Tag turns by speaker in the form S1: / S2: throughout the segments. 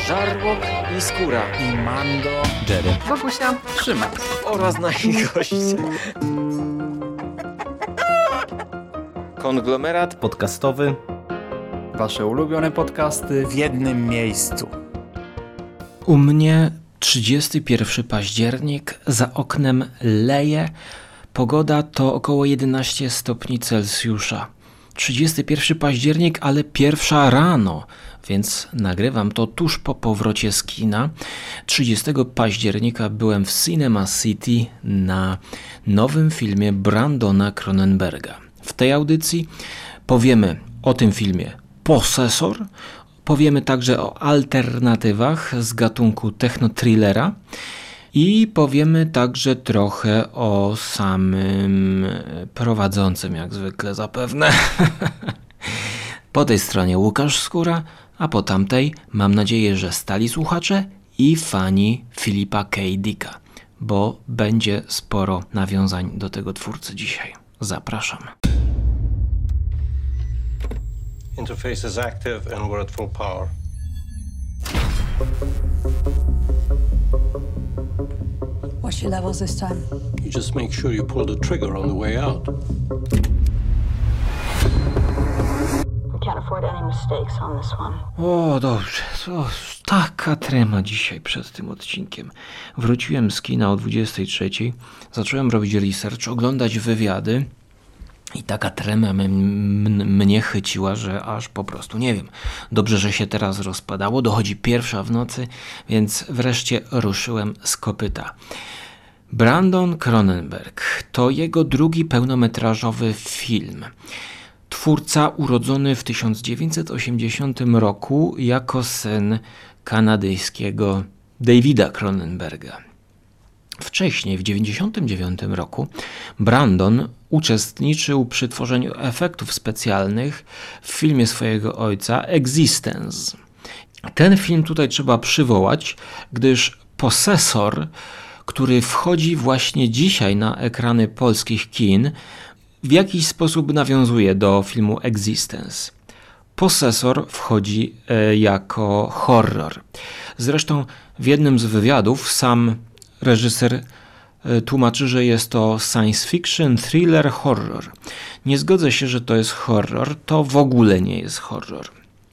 S1: Żarłok i Skóra
S2: i Mando,
S3: Jerry,
S4: Wokusia,
S2: Szymas
S1: oraz nasi goście. Konglomerat
S3: podcastowy.
S2: Wasze ulubione podcasty w jednym miejscu.
S5: U mnie 31 październik, za oknem leje, pogoda to około 11 stopni Celsjusza. 31 październik, ale pierwsza rano, więc nagrywam to tuż po powrocie z kina. 30 października byłem w Cinema City na nowym filmie Brandona Cronenberga. W tej audycji powiemy o tym filmie Posesor, powiemy także o alternatywach z gatunku techno-thrillera i powiemy także trochę o samym prowadzącym, jak zwykle zapewne. Po tej stronie Łukasz Skóra, a po tamtej mam nadzieję, że stali słuchacze i fani Philipa K. Dicka, bo będzie sporo nawiązań do tego twórcy dzisiaj. Zapraszam.
S6: Interface is active and we're at full power.
S7: What's your levels this time?
S6: You just make sure you pull the trigger on the way out.
S7: We can't afford any mistakes on this one.
S5: O, dobrze. O, taka trema dzisiaj przed tym odcinkiem. Wróciłem z kina o 23:00, zacząłem robić research, oglądać wywiady i taka trema mnie chyciła, że aż po prostu nie wiem. Dobrze, że się teraz rozpadało, dochodzi 1:00 w nocy, więc wreszcie ruszyłem z kopyta. Brandon Cronenberg to jego drugi pełnometrażowy film. Twórca urodzony w 1980 roku jako syn kanadyjskiego Davida Cronenberga. Wcześniej, w 1999 roku, Brandon uczestniczył przy tworzeniu efektów specjalnych w filmie swojego ojca Existence. Ten film tutaj trzeba przywołać, gdyż Posesor, który wchodzi właśnie dzisiaj na ekrany polskich kin, w jakiś sposób nawiązuje do filmu Existence. Posesor wchodzi jako horror. Zresztą w jednym z wywiadów sam reżyser tłumaczy, że jest to science fiction, thriller, horror. Nie zgodzę się, że to jest horror, to w ogóle nie jest horror.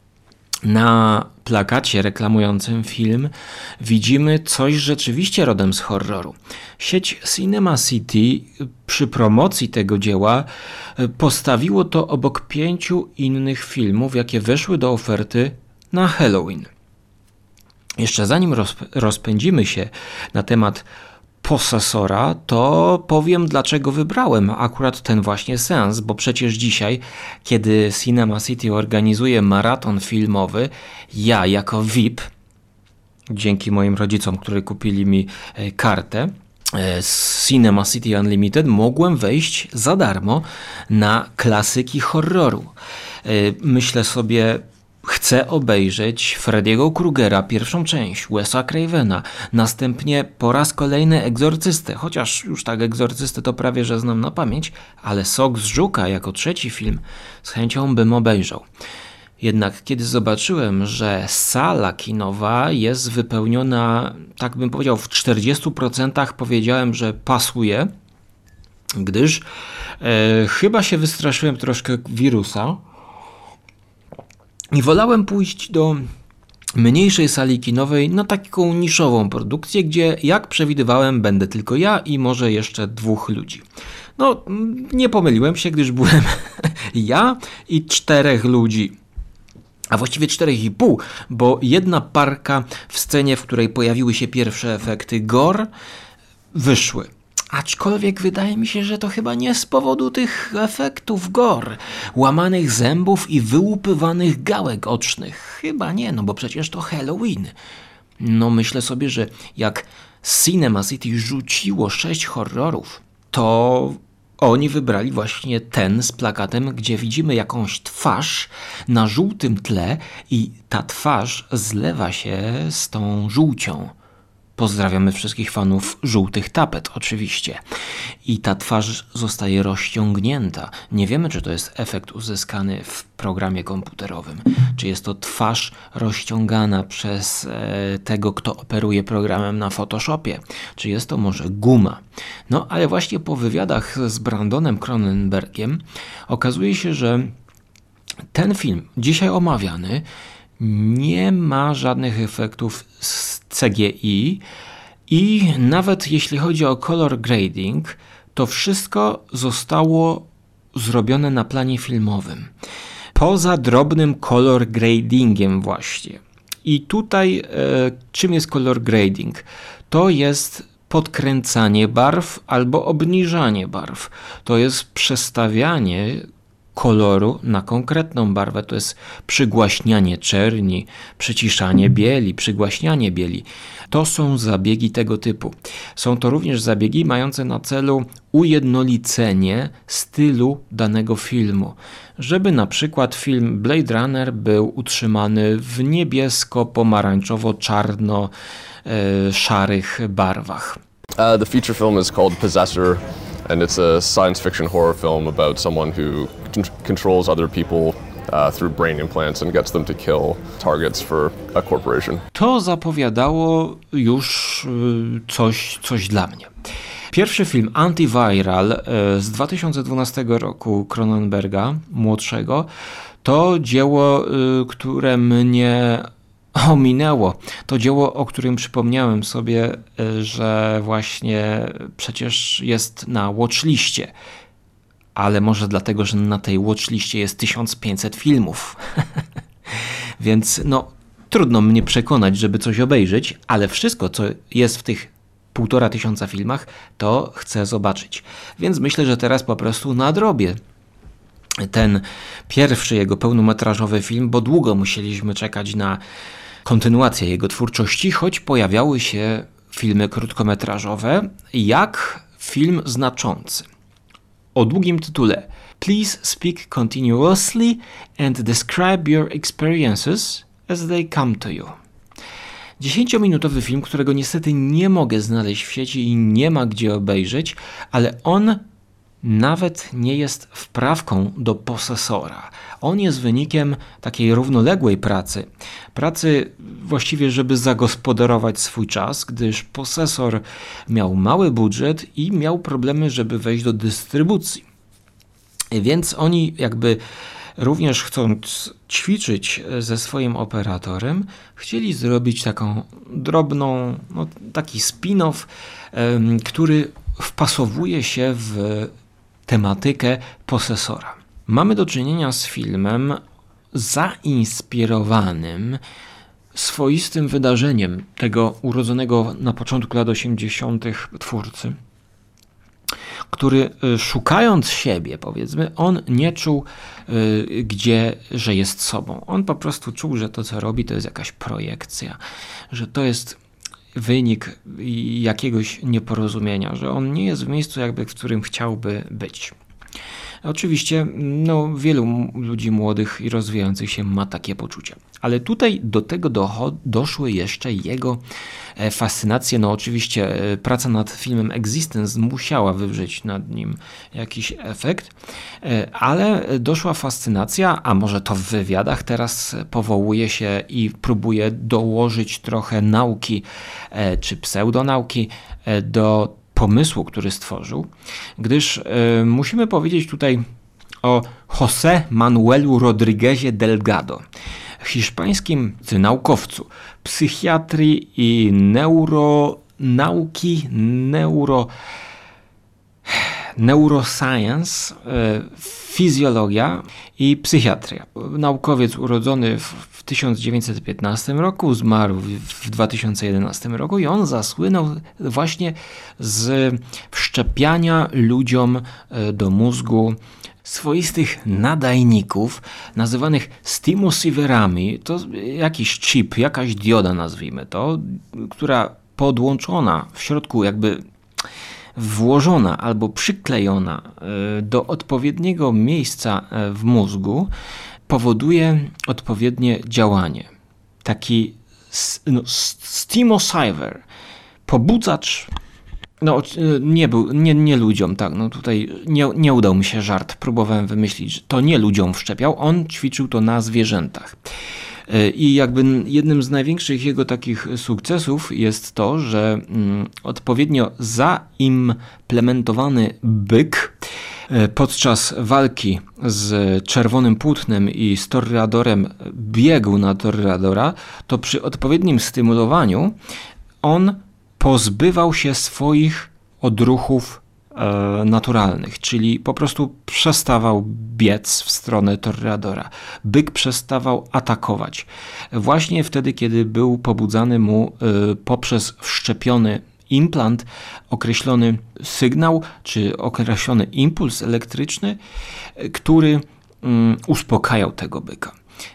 S5: Na plakacie reklamującym film widzimy coś rzeczywiście rodem z horroru. Sieć Cinema City przy promocji tego dzieła postawiło to obok 5 innych filmów, jakie weszły do oferty na Halloween. Jeszcze zanim rozpędzimy się na temat Posesora, to powiem, dlaczego wybrałem akurat ten właśnie seans, bo przecież dzisiaj, kiedy Cinema City organizuje maraton filmowy, ja jako VIP, dzięki moim rodzicom, którzy kupili mi kartę z Cinema City Unlimited, mogłem wejść za darmo na klasyki horroru. Myślę sobie, chcę obejrzeć Freddy'ego Krugera, pierwszą część, Wesa Cravena, następnie po raz kolejny Egzorcystę, chociaż już tak Egzorcystę to prawie że znam na pamięć, ale Sok z Żuka jako trzeci film z chęcią bym obejrzał. Jednak kiedy zobaczyłem, że sala kinowa jest wypełniona, tak bym powiedział, w 40%, powiedziałem, że pasuje, gdyż chyba się wystraszyłem troszkę wirusa, i wolałem pójść do mniejszej sali kinowej na taką niszową produkcję, gdzie, jak przewidywałem, będę tylko ja i może jeszcze 2 ludzi. No, nie pomyliłem się, gdyż byłem ja i 4 ludzi. A właściwie 4,5, bo jedna parka w scenie, w której pojawiły się pierwsze efekty gore, wyszły. Aczkolwiek wydaje mi się, że to chyba nie z powodu tych efektów gore, łamanych zębów i wyłupywanych gałek ocznych. Chyba nie, no bo przecież to Halloween. No myślę sobie, że jak Cinema City rzuciło 6 horrorów, to oni wybrali właśnie ten z plakatem, gdzie widzimy jakąś twarz na żółtym tle i ta twarz zlewa się z tą żółcią. Pozdrawiamy wszystkich fanów żółtych tapet, oczywiście. I ta twarz zostaje rozciągnięta. Nie wiemy, czy to jest efekt uzyskany w programie komputerowym. Czy jest to twarz rozciągana przez tego, kto operuje programem na Photoshopie. Czy jest to może guma. No, ale właśnie po wywiadach z Brandonem Cronenbergiem okazuje się, że ten film, dzisiaj omawiany, nie ma żadnych efektów z CGI i nawet jeśli chodzi o color grading, to wszystko zostało zrobione na planie filmowym. Poza drobnym color gradingiem właśnie. I tutaj czym jest color grading? To jest podkręcanie barw albo obniżanie barw. To jest przestawianie koloru na konkretną barwę, to jest przygłaśnianie czerni, przyciszanie bieli, przygłaśnianie bieli. To są zabiegi tego typu. Są to również zabiegi mające na celu ujednolicenie stylu danego filmu, żeby na przykład film Blade Runner był utrzymany w niebiesko-pomarańczowo-czarno-szarych barwach.
S3: The feature film is called Possessor, and it's a science fiction horror film about someone who controls other people through brain implants and gets them to kill targets for a corporation.
S5: To zapowiadało już coś dla mnie. Pierwszy film Antiviral z 2012 roku Cronenberga, młodszego, to dzieło, które mnie ominęło. To dzieło, o którym przypomniałem sobie, że właśnie przecież jest na watchliście. Ale może dlatego, że na tej watchliście jest 1500 filmów. Więc no, trudno mnie przekonać, żeby coś obejrzeć, ale wszystko, co jest w tych 1500 filmach, to chcę zobaczyć. Więc myślę, że teraz po prostu nadrobię ten pierwszy jego pełnometrażowy film, bo długo musieliśmy czekać na kontynuację jego twórczości, choć pojawiały się filmy krótkometrażowe, jak film znaczący o długim tytule Please speak continuously and describe your experiences as they come to you. 10-minutowy film, którego niestety nie mogę znaleźć w sieci i nie ma gdzie obejrzeć, ale on nawet nie jest wprawką do Posesora. On jest wynikiem takiej równoległej pracy właściwie, żeby zagospodarować swój czas, gdyż Posesor miał mały budżet i miał problemy, żeby wejść do dystrybucji. Więc oni jakby również chcąc ćwiczyć ze swoim operatorem, chcieli zrobić taką drobną, taki spin-off, który wpasowuje się w tematykę Posesora. Mamy do czynienia z filmem zainspirowanym swoistym wydarzeniem tego urodzonego na początku lat 80. twórcy, który szukając siebie, powiedzmy, on nie czuł, że jest sobą. On po prostu czuł, że to, co robi, to jest jakaś projekcja, że to jest wynik jakiegoś nieporozumienia, że on nie jest w miejscu, jakby w którym chciałby być. Oczywiście wielu ludzi młodych i rozwijających się ma takie poczucie. Ale tutaj do tego doszły jeszcze jego fascynacje. Oczywiście praca nad filmem Existence musiała wywrzeć nad nim jakiś efekt, ale doszła fascynacja, a może to w wywiadach teraz powołuje się i próbuje dołożyć trochę nauki czy pseudonauki do pomysłu, który stworzył, gdyż musimy powiedzieć tutaj o José Manuelu Rodríguezie Delgado, hiszpańskim naukowcu psychiatrii i neuroscience, fizjologia i psychiatria. Naukowiec urodzony w 1915 roku, zmarł w 2011 roku i on zasłynął właśnie z wszczepiania ludziom do mózgu swoistych nadajników nazywanych stimulsieverami. To jakiś chip, jakaś dioda, nazwijmy to, która podłączona w środku jakby włożona albo przyklejona do odpowiedniego miejsca w mózgu powoduje odpowiednie działanie. Taki stimulsiever, Pobudzacz, no nie ludziom, tak, no tutaj nie udał mi się żart, próbowałem wymyślić, że to nie ludziom wszczepiał, on ćwiczył to na zwierzętach. I jakby jednym z największych jego takich sukcesów jest to, że odpowiednio zaimplementowany byk podczas walki z czerwonym płótnem i z toreadorem biegł na toreadora, to przy odpowiednim stymulowaniu on pozbywał się swoich odruchów naturalnych, czyli po prostu przestawał biec w stronę toreadora. Byk przestawał atakować. Właśnie wtedy, kiedy był pobudzany mu poprzez wszczepiony implant określony sygnał, czy określony impuls elektryczny, który uspokajał tego byka.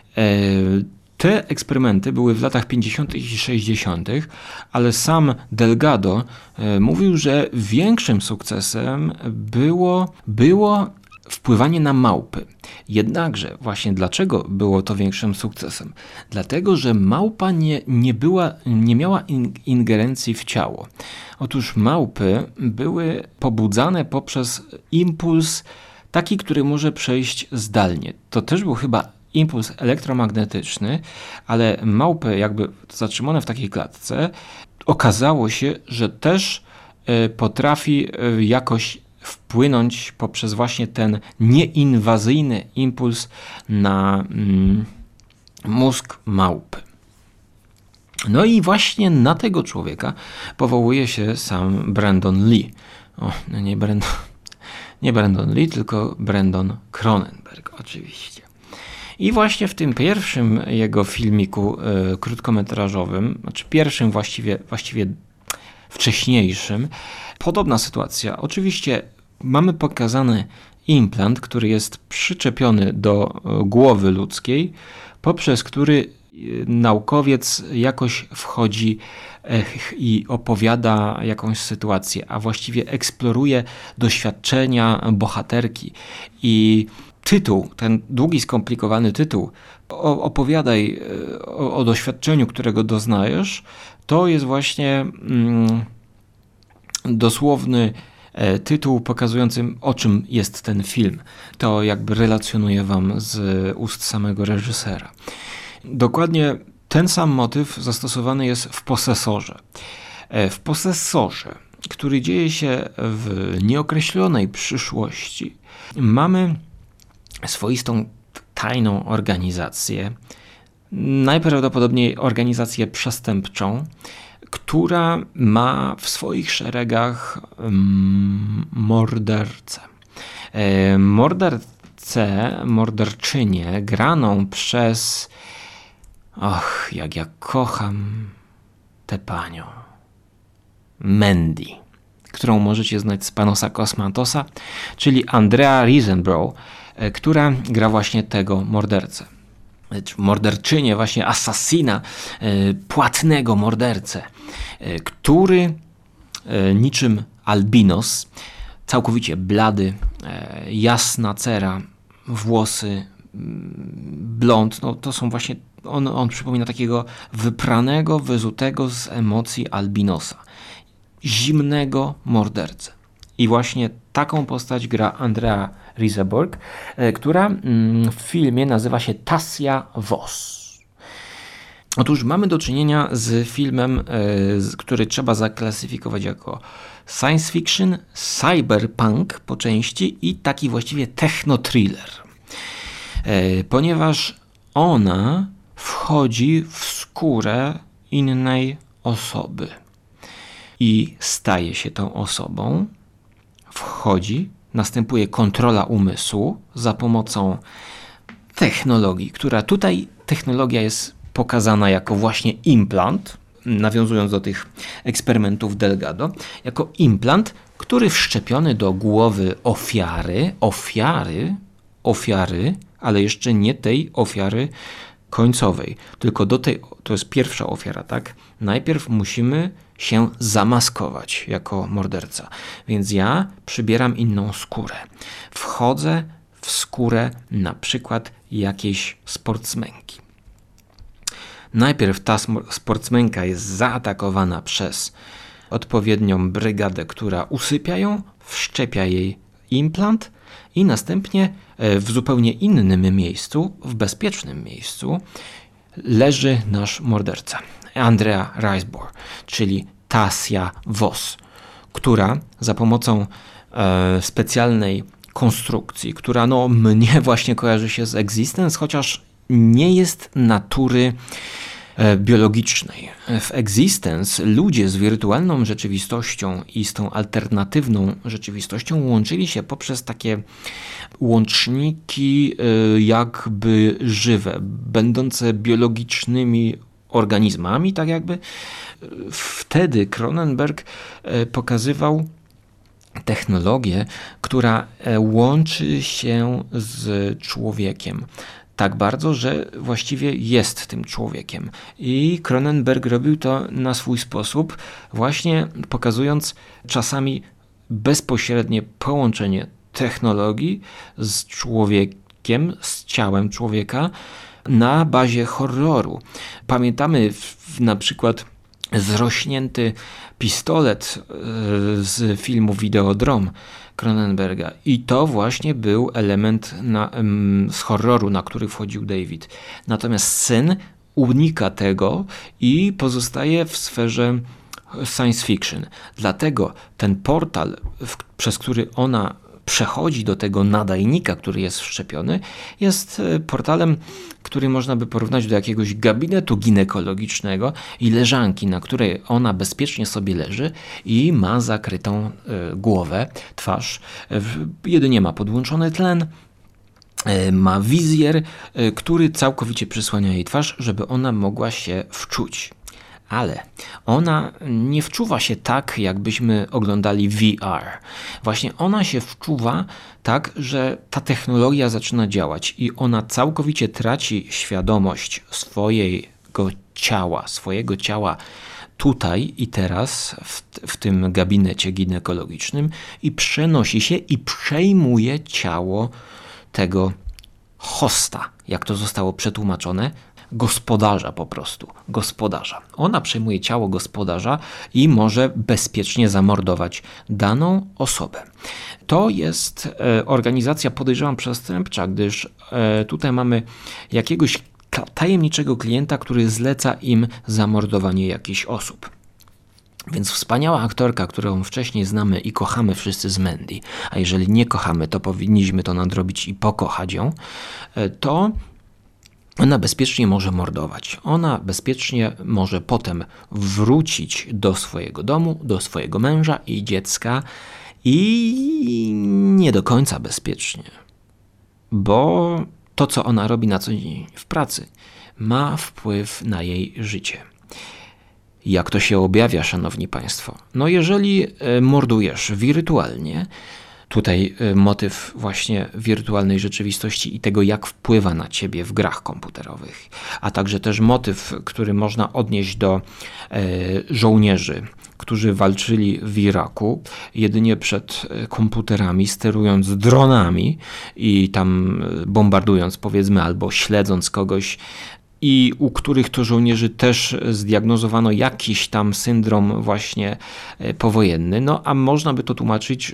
S5: Te eksperymenty były w latach 50. i 60., ale sam Delgado mówił, że większym sukcesem było wpływanie na małpy. Jednakże właśnie dlaczego było to większym sukcesem? Dlatego, że małpa nie miała ingerencji w ciało. Otóż małpy były pobudzane poprzez impuls taki, który może przejść zdalnie. To też był chyba impuls elektromagnetyczny, ale małpy jakby zatrzymane w takiej klatce, okazało się, że też potrafi jakoś wpłynąć poprzez właśnie ten nieinwazyjny impuls na mózg małpy. No i właśnie na tego człowieka powołuje się sam Brandon Lee. Nie Brandon Lee, tylko Brandon Cronenberg oczywiście. I właśnie w tym pierwszym jego filmiku krótkometrażowym, znaczy pierwszym właściwie wcześniejszym, podobna sytuacja. Oczywiście mamy pokazany implant, który jest przyczepiony do głowy ludzkiej, poprzez który naukowiec jakoś wchodzi i opowiada jakąś sytuację, a właściwie eksploruje doświadczenia bohaterki. I tytuł, ten długi, skomplikowany tytuł, opowiadaj o doświadczeniu, którego doznajesz, to jest właśnie dosłowny tytuł pokazujący, o czym jest ten film. To jakby relacjonuję wam z ust samego reżysera. Dokładnie ten sam motyw zastosowany jest w Posesorze. W Posesorze, który dzieje się w nieokreślonej przyszłości, mamy swoistą tajną organizację, najprawdopodobniej organizację przestępczą, która ma w swoich szeregach mordercę. Morderczynię graną przez... Och, jak ja kocham tę panią. Mandy, którą możecie znać z Panosa Kosmatosa, czyli Andrea Riseborough, która gra właśnie tego mordercę. Morderczynię, właśnie asasina, płatnego mordercę, który niczym albinos, całkowicie blady, jasna cera, włosy, blond, no to są właśnie, on przypomina takiego wypranego, wyzutego z emocji albinosa, zimnego mordercę. I właśnie taką postać gra Andrea Riseborough, która w filmie nazywa się Tasja Voss. Otóż mamy do czynienia z filmem, który trzeba zaklasyfikować jako science fiction, cyberpunk po części i taki właściwie techno-thriller. Ponieważ ona wchodzi w skórę innej osoby i staje się tą osobą, wchodzi, następuje kontrola umysłu za pomocą technologii, która tutaj technologia jest pokazana jako właśnie implant, nawiązując do tych eksperymentów Delgado, jako implant, który wszczepiony do głowy ofiary, ale jeszcze nie tej ofiary końcowej, tylko do tej, to jest pierwsza ofiara, tak? Najpierw musimy się zamaskować jako morderca, więc ja przybieram inną skórę. Wchodzę w skórę na przykład jakiejś sportsmenki. Najpierw ta sportsmenka jest zaatakowana przez odpowiednią brygadę, która usypia ją, wszczepia jej implant i następnie w zupełnie innym miejscu, w bezpiecznym miejscu, leży nasz morderca, Andrea Riseborough, czyli Tasia Voss, która za pomocą specjalnej konstrukcji, która mnie właśnie kojarzy się z Existence, chociaż nie jest natury biologicznej. W Existence ludzie z wirtualną rzeczywistością i z tą alternatywną rzeczywistością łączyli się poprzez takie łączniki jakby żywe, będące biologicznymi organizmami, tak jakby. Wtedy Cronenberg pokazywał technologię, która łączy się z człowiekiem. Tak bardzo, że właściwie jest tym człowiekiem. I Cronenberg robił to na swój sposób, właśnie pokazując czasami bezpośrednie połączenie technologii z człowiekiem, z ciałem człowieka na bazie horroru. Pamiętamy na przykład zrośnięty pistolet z filmu Videodrome Cronenberga. I to właśnie był element z horroru, na który wchodził David. Natomiast syn unika tego i pozostaje w sferze science fiction. Dlatego ten portal, przez który ona przechodzi do tego nadajnika, który jest wszczepiony, jest portalem, który można by porównać do jakiegoś gabinetu ginekologicznego i leżanki, na której ona bezpiecznie sobie leży i ma zakrytą głowę, twarz. Jedynie ma podłączony tlen, ma wizjer, który całkowicie przysłania jej twarz, żeby ona mogła się wczuć. Ale ona nie wczuwa się tak, jakbyśmy oglądali VR. Właśnie ona się wczuwa tak, że ta technologia zaczyna działać i ona całkowicie traci świadomość swojego ciała tutaj i teraz, w tym gabinecie ginekologicznym i przenosi się i przejmuje ciało tego hosta, jak to zostało przetłumaczone, gospodarza po prostu, gospodarza. Ona przejmuje ciało gospodarza i może bezpiecznie zamordować daną osobę. To jest organizacja, podejrzewam, przestępcza, gdyż tutaj mamy jakiegoś tajemniczego klienta, który zleca im zamordowanie jakichś osób. Więc wspaniała aktorka, którą wcześniej znamy i kochamy wszyscy z Mandy, a jeżeli nie kochamy, to powinniśmy to nadrobić i pokochać ją, to ona bezpiecznie może mordować. Ona bezpiecznie może potem wrócić do swojego domu, do swojego męża i dziecka i nie do końca bezpiecznie. Bo to, co ona robi na co dzień w pracy, ma wpływ na jej życie. Jak to się objawia, szanowni państwo? No jeżeli mordujesz wirtualnie, tutaj motyw właśnie wirtualnej rzeczywistości i tego, jak wpływa na ciebie w grach komputerowych, a także też motyw, który można odnieść do żołnierzy, którzy walczyli w Iraku jedynie przed komputerami, sterując dronami i tam bombardując, powiedzmy, albo śledząc kogoś, i u których to żołnierzy też zdiagnozowano jakiś tam syndrom właśnie powojenny. No a można by to tłumaczyć,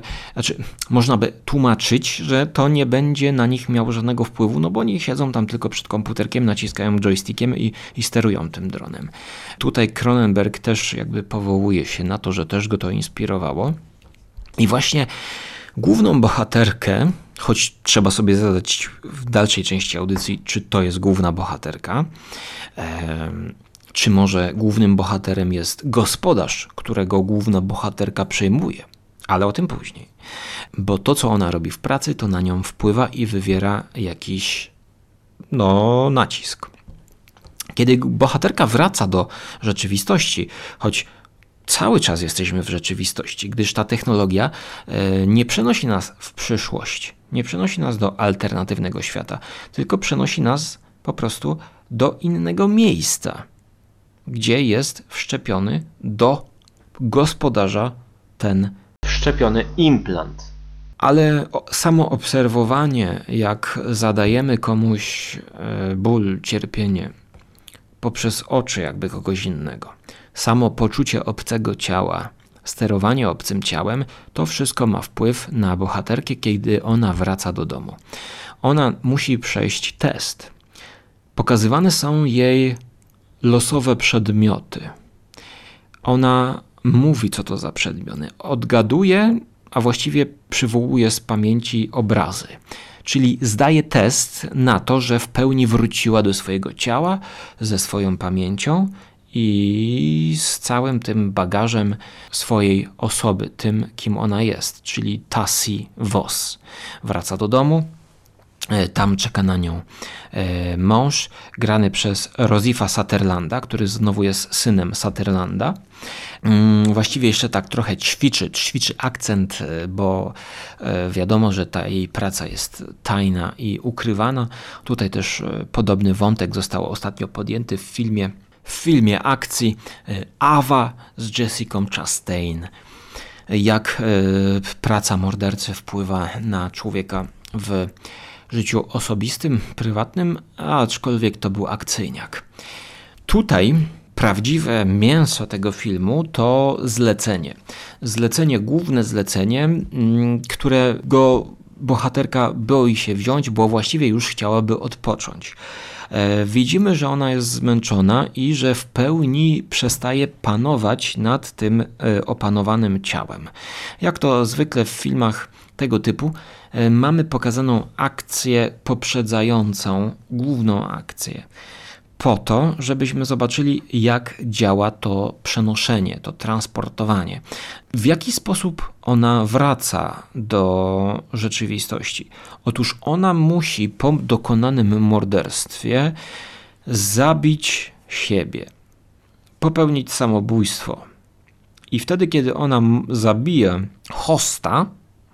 S5: że to nie będzie na nich miało żadnego wpływu, no bo oni siedzą tam tylko przed komputerkiem, naciskają joystickiem i sterują tym dronem. Tutaj Cronenberg też jakby powołuje się na to, że też go to inspirowało. I właśnie główną bohaterkę, choć trzeba sobie zadać w dalszej części audycji, czy to jest główna bohaterka, czy może głównym bohaterem jest gospodarz, którego główna bohaterka przejmuje, ale o tym później. Bo to, co ona robi w pracy, to na nią wpływa i wywiera jakiś nacisk. Kiedy bohaterka wraca do rzeczywistości, choć cały czas jesteśmy w rzeczywistości, gdyż ta technologia nie przenosi nas w przyszłość, nie przenosi nas do alternatywnego świata, tylko przenosi nas po prostu do innego miejsca, gdzie jest wszczepiony do gospodarza ten wszczepiony implant. Ale samo obserwowanie, jak zadajemy komuś ból, cierpienie poprzez oczy jakby kogoś innego, samo poczucie obcego ciała, sterowanie obcym ciałem, to wszystko ma wpływ na bohaterkę, kiedy ona wraca do domu. Ona musi przejść test. Pokazywane są jej losowe przedmioty. Ona mówi, co to za przedmioty. Odgaduje, a właściwie przywołuje z pamięci obrazy. Czyli zdaje test na to, że w pełni wróciła do swojego ciała, ze swoją pamięcią i z całym tym bagażem swojej osoby, tym, kim ona jest, czyli Tassie Voss. Wraca do domu. Tam czeka na nią mąż, grany przez Rosifa Sutherlanda, który znowu jest synem Sutherlanda. Właściwie jeszcze tak trochę ćwiczy akcent, bo wiadomo, że ta jej praca jest tajna i ukrywana. Tutaj też podobny wątek został ostatnio podjęty w filmie akcji Ava z Jessica Chastain. Jak praca mordercy wpływa na człowieka w życiu osobistym, prywatnym, aczkolwiek to był akcyjniak. Tutaj prawdziwe mięso tego filmu to zlecenie. Główne zlecenie, którego bohaterka boi się wziąć, bo właściwie już chciałaby odpocząć. Widzimy, że ona jest zmęczona i że w pełni przestaje panować nad tym opanowanym ciałem. Jak to zwykle w filmach tego typu, mamy pokazaną akcję poprzedzającą główną akcję. Po to, żebyśmy zobaczyli, jak działa to przenoszenie, to transportowanie. W jaki sposób ona wraca do rzeczywistości? Otóż ona musi po dokonanym morderstwie zabić siebie, popełnić samobójstwo. I wtedy, kiedy ona zabije hosta,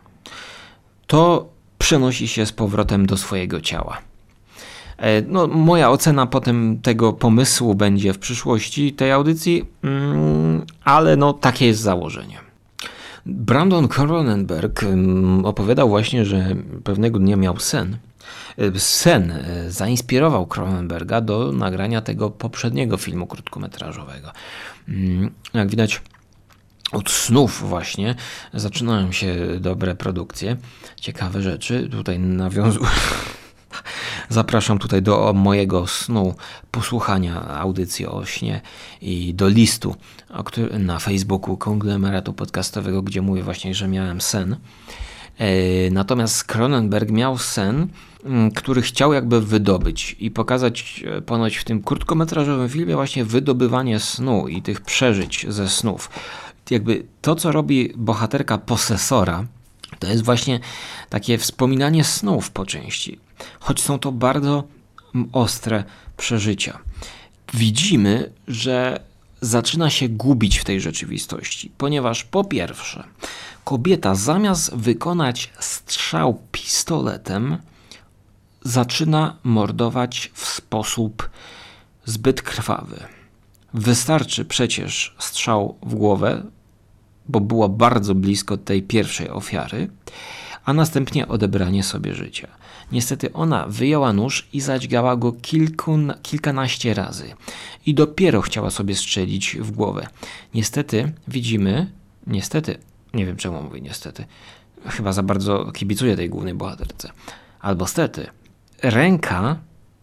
S5: to przenosi się z powrotem do swojego ciała. No, moja ocena potem tego pomysłu będzie w przyszłości tej audycji, ale no takie jest założenie. Brandon Cronenberg opowiadał właśnie, że pewnego dnia miał sen. Sen zainspirował Cronenberga do nagrania tego poprzedniego filmu krótkometrażowego. Jak widać, od snów właśnie zaczynają się dobre produkcje, ciekawe rzeczy. Tutaj nawiązuję. Zapraszam tutaj do mojego snu, posłuchania audycji o śnie i do listu na Facebooku Konglomeratu Podcastowego, gdzie mówię właśnie, że miałem sen. Natomiast Cronenberg miał sen, który chciał jakby wydobyć i pokazać ponoć w tym krótkometrażowym filmie właśnie wydobywanie snu i tych przeżyć ze snów. Jakby to, co robi bohaterka posesora, to jest właśnie takie wspominanie snów po części. Choć są to bardzo ostre przeżycia. Widzimy, że zaczyna się gubić w tej rzeczywistości, ponieważ po pierwsze, kobieta zamiast wykonać strzał pistoletem, zaczyna mordować w sposób zbyt krwawy. Wystarczy przecież strzał w głowę, bo była bardzo blisko tej pierwszej ofiary, a następnie odebranie sobie życia. Niestety ona wyjęła nóż i zadźgała go kilkanaście razy i dopiero chciała sobie strzelić w głowę. Niestety widzimy, nie wiem czemu mówię niestety, chyba za bardzo kibicuję tej głównej bohaterce, albo stety, ręka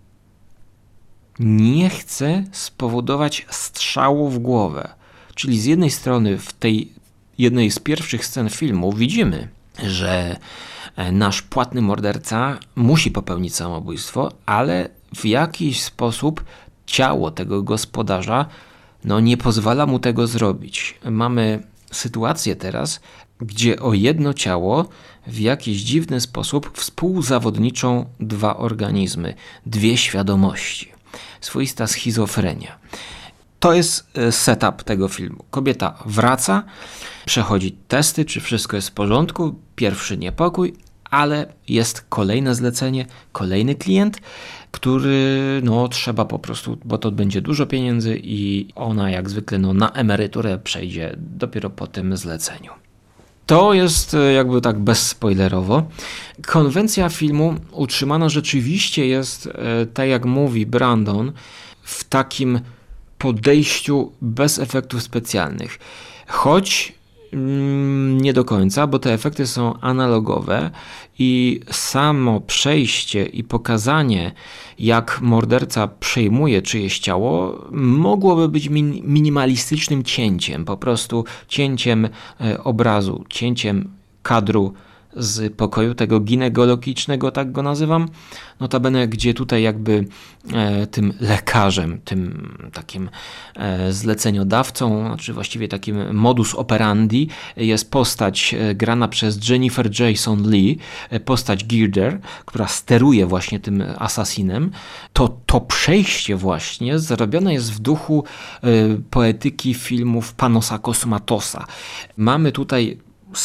S5: nie chce spowodować strzału w głowę. Czyli z jednej strony w tej jednej z pierwszych scen filmu widzimy, że nasz płatny morderca musi popełnić samobójstwo, ale w jakiś sposób ciało tego gospodarza nie pozwala mu tego zrobić. Mamy sytuację teraz, gdzie o jedno ciało w jakiś dziwny sposób współzawodniczą dwa organizmy, dwie świadomości. Swoista schizofrenia. To jest setup tego filmu. Kobieta wraca, przechodzi testy, czy wszystko jest w porządku, pierwszy niepokój, ale jest kolejne zlecenie, kolejny klient, który trzeba po prostu, bo to będzie dużo pieniędzy i ona jak zwykle na emeryturę przejdzie dopiero po tym zleceniu. To jest jakby tak bezspoilerowo. Konwencja filmu utrzymana rzeczywiście jest, tak jak mówi Brandon, w takim podejściu bez efektów specjalnych. Choć nie do końca, bo te efekty są analogowe i samo przejście i pokazanie, jak morderca przejmuje czyjeś ciało, mogłoby być minimalistycznym cięciem, po prostu cięciem obrazu, cięciem kadru z pokoju tego ginekologicznego, tak go nazywam, notabene, gdzie tutaj jakby tym lekarzem, tym takim zleceniodawcą, znaczy właściwie takim modus operandi jest postać grana przez Jennifer Jason Leigh, postać Girder, która steruje właśnie tym asasinem. To przejście właśnie zrobione jest w duchu poetyki filmów Panosa Kosmatosa. Mamy tutaj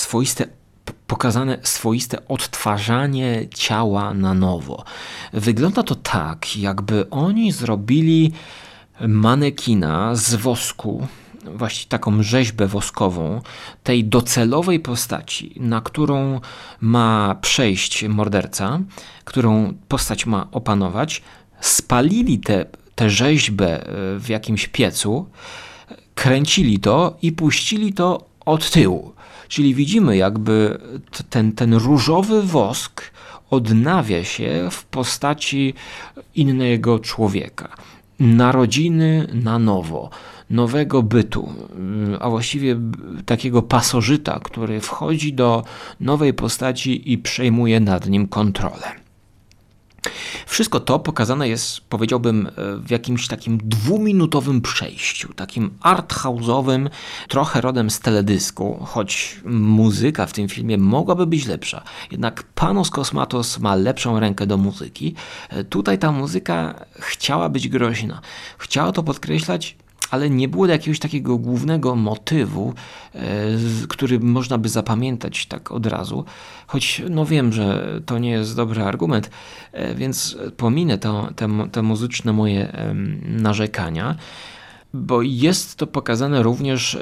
S5: pokazane swoiste odtwarzanie ciała na nowo. Wygląda to tak, jakby oni zrobili manekina z wosku, właściwie taką rzeźbę woskową, tej docelowej postaci, na którą ma przejść morderca, którą postać ma opanować, spalili tę rzeźbę w jakimś piecu, kręcili to i puścili to od tyłu. Czyli widzimy, jakby ten różowy wosk odnawia się w postaci innego człowieka. Narodziny na nowo, nowego bytu, a właściwie takiego pasożyta, który wchodzi do nowej postaci i przejmuje nad nim kontrolę. Wszystko to pokazane jest, powiedziałbym, w jakimś takim 2-minutowym przejściu, takim arthouse'owym, trochę rodem z teledysku, choć muzyka w tym filmie mogłaby być lepsza. Jednak Panos Kosmatos ma lepszą rękę do muzyki. Tutaj ta muzyka chciała być groźna. Chciała to podkreślać, ale nie było jakiegoś takiego głównego motywu, który można by zapamiętać tak od razu. Choć no wiem, że to nie jest dobry argument, więc pominę te muzyczne moje narzekania. Bo jest to pokazane również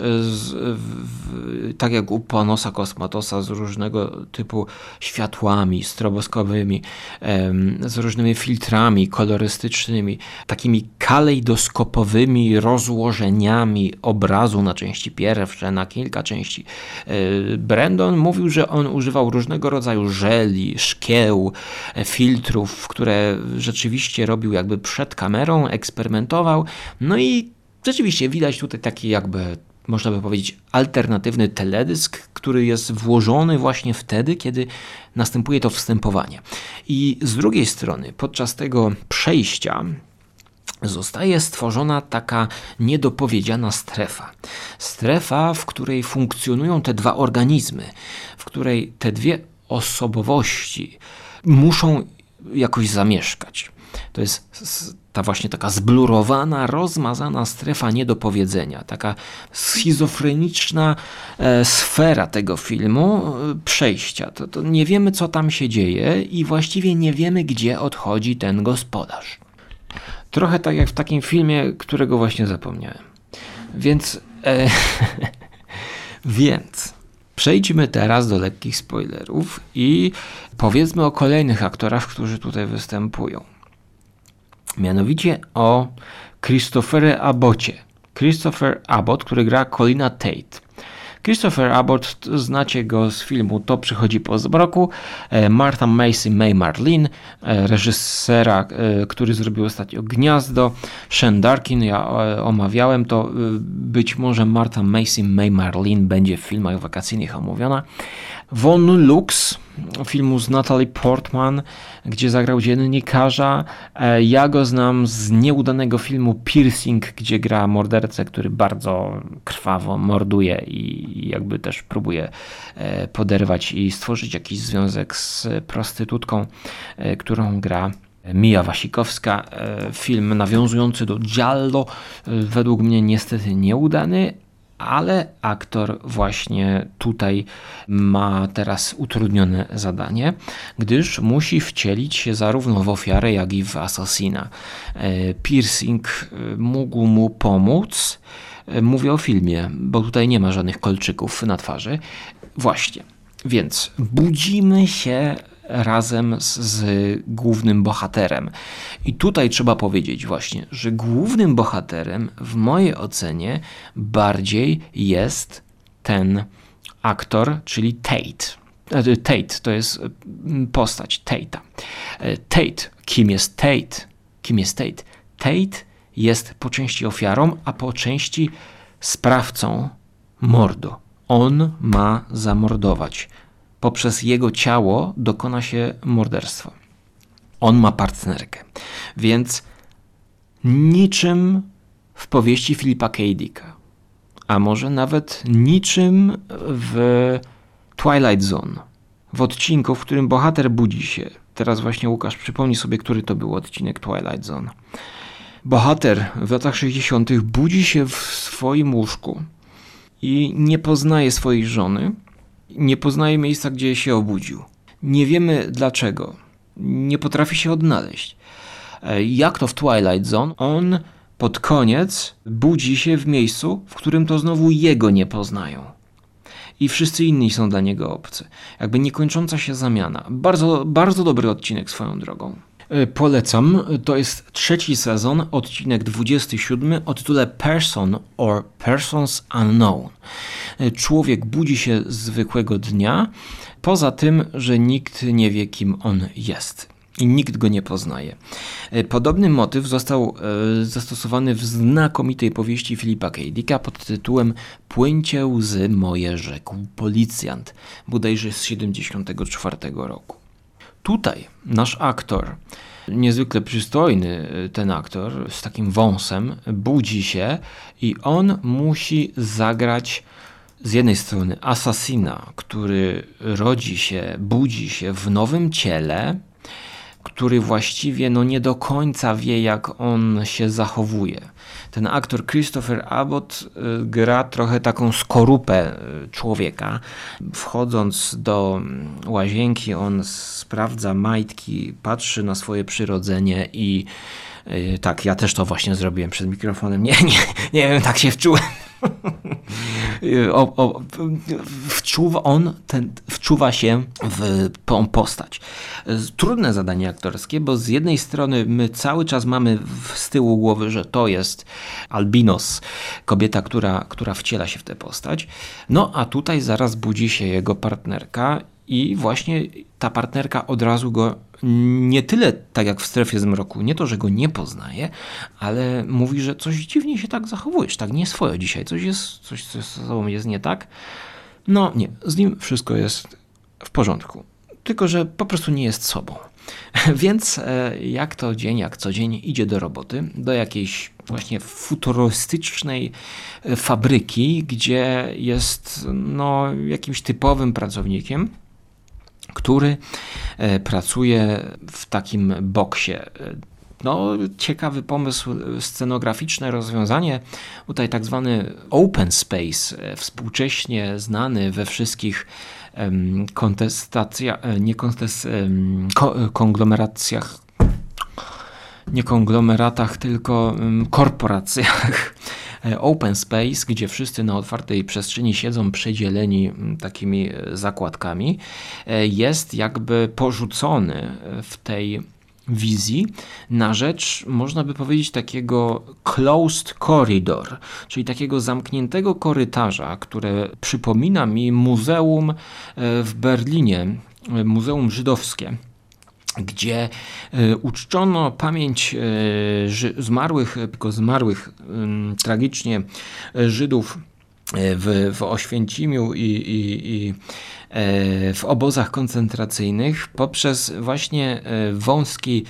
S5: tak jak u Panosa Kosmatosa z różnego typu światłami stroboskopowymi, z różnymi filtrami kolorystycznymi, takimi kalejdoskopowymi rozłożeniami obrazu na części pierwsze, na kilka części. Brandon mówił, że on używał różnego rodzaju żeli, szkieł, filtrów, które rzeczywiście robił jakby przed kamerą, eksperymentował, no i rzeczywiście widać tutaj taki jakby, można by powiedzieć, alternatywny teledysk, który jest włożony właśnie wtedy, kiedy następuje to wstępowanie. I z drugiej strony, podczas tego przejścia zostaje stworzona taka niedopowiedziana strefa. Strefa, w której funkcjonują te dwa organizmy, w której te dwie osobowości muszą jakoś zamieszkać. To jest ta właśnie taka zblurowana, rozmazana strefa niedopowiedzenia, taka schizofreniczna sfera tego filmu, przejścia. To nie wiemy, co tam się dzieje i właściwie nie wiemy, gdzie odchodzi ten gospodarz. Trochę tak jak w takim filmie, którego właśnie zapomniałem. Więc przejdźmy teraz do lekkich spoilerów i powiedzmy o kolejnych aktorach, którzy tutaj występują. Mianowicie o Christopherze Abbotcie. Christopher Abbott, który gra Colina Tate. Christopher Abbott, znacie go z filmu To przychodzi po zmroku, Martha Macy May Marlene, reżysera, który zrobił ostatnio Gniazdo, Shane Darkin, ja omawiałem to, być może Martha Macy May Marlene będzie w filmach wakacyjnych omówiona. Von Lux, filmu z Natalie Portman, gdzie zagrał dziennikarza. Ja go znam z nieudanego filmu Piercing, gdzie gra mordercę, który bardzo krwawo morduje i jakby też próbuje poderwać i stworzyć jakiś związek z prostytutką, którą gra Mia Wasikowska. Film nawiązujący do Giallo, według mnie niestety nieudany, ale aktor właśnie tutaj ma teraz utrudnione zadanie, gdyż musi wcielić się zarówno w ofiarę, jak i w asasina. Piercing mógł mu pomóc. Mówię o filmie, bo tutaj nie ma żadnych kolczyków na twarzy. Właśnie, więc budzimy się razem z głównym bohaterem. I tutaj trzeba powiedzieć właśnie, że głównym bohaterem w mojej ocenie bardziej jest ten aktor, czyli Tate. Tate to jest postać Tate'a. Tate. Kim jest Tate? Kim jest Tate? Tate jest po części ofiarą, a po części sprawcą mordu. On ma zamordować. Poprzez jego ciało dokona się morderstwo. On ma partnerkę. Więc niczym w powieści Philipa K. Dicka, a może nawet niczym w Twilight Zone, w odcinku, w którym bohater budzi się. Teraz właśnie Łukasz, przypomnij sobie, który to był odcinek Twilight Zone. Bohater w latach 60. budzi się w swoim łóżku i nie poznaje swojej żony, nie poznaje miejsca, gdzie się obudził. Nie wiemy dlaczego. Nie potrafi się odnaleźć. Jak to w Twilight Zone, on pod koniec budzi się w miejscu, w którym to znowu jego nie poznają. I wszyscy inni są dla niego obcy. Jakby niekończąca się zamiana. Bardzo, bardzo dobry odcinek swoją drogą. Polecam. To jest 3. sezon, odcinek 27 o tytule Person or Persons Unknown. Człowiek budzi się zwykłego dnia, poza tym, że nikt nie wie, kim on jest. I nikt go nie poznaje. Podobny motyw został zastosowany w znakomitej powieści Philipa K. Dicka pod tytułem Płyńcie łzy moje, rzekł policjant, bodajże z 1974 roku. Tutaj nasz aktor, niezwykle przystojny ten aktor, z takim wąsem, budzi się i on musi zagrać z jednej strony asasina, który rodzi się, budzi się w nowym ciele, który właściwie nie do końca wie, jak on się zachowuje. Ten aktor Christopher Abbott gra trochę taką skorupę człowieka. Wchodząc do łazienki, on sprawdza majtki, patrzy na swoje przyrodzenie i tak, ja też to właśnie zrobiłem przed mikrofonem. Nie wiem, tak się wczułem. Wczuwa się w tą postać. Trudne zadanie aktorskie, bo z jednej strony my cały czas mamy z tyłu głowy, że to jest albinos, kobieta, która wciela się w tę postać. No a tutaj zaraz budzi się jego partnerka i właśnie ta partnerka od razu go nie tyle tak jak w Strefie zmroku, nie to, że go nie poznaje, ale mówi, że coś dziwnie się tak zachowujesz, tak nieswojo dzisiaj, coś z tobą jest nie tak. No nie, z nim wszystko jest w porządku, tylko że po prostu nie jest sobą. Więc jak co dzień idzie do roboty, do jakiejś właśnie futurystycznej fabryki, gdzie jest jakimś typowym pracownikiem, który pracuje w takim boksie. Ciekawy pomysł, scenograficzne rozwiązanie. Tutaj tak zwany open space, współcześnie znany we wszystkich konglomeratach, tylko korporacjach. Open space, gdzie wszyscy na otwartej przestrzeni siedzą przedzieleni takimi zakładkami, jest jakby porzucony w tej wizji na rzecz, można by powiedzieć, takiego closed corridor, czyli takiego zamkniętego korytarza, które przypomina mi muzeum w Berlinie, muzeum żydowskie, gdzie uczczono pamięć zmarłych tragicznie Żydów w Oświęcimiu i w obozach koncentracyjnych poprzez właśnie wąski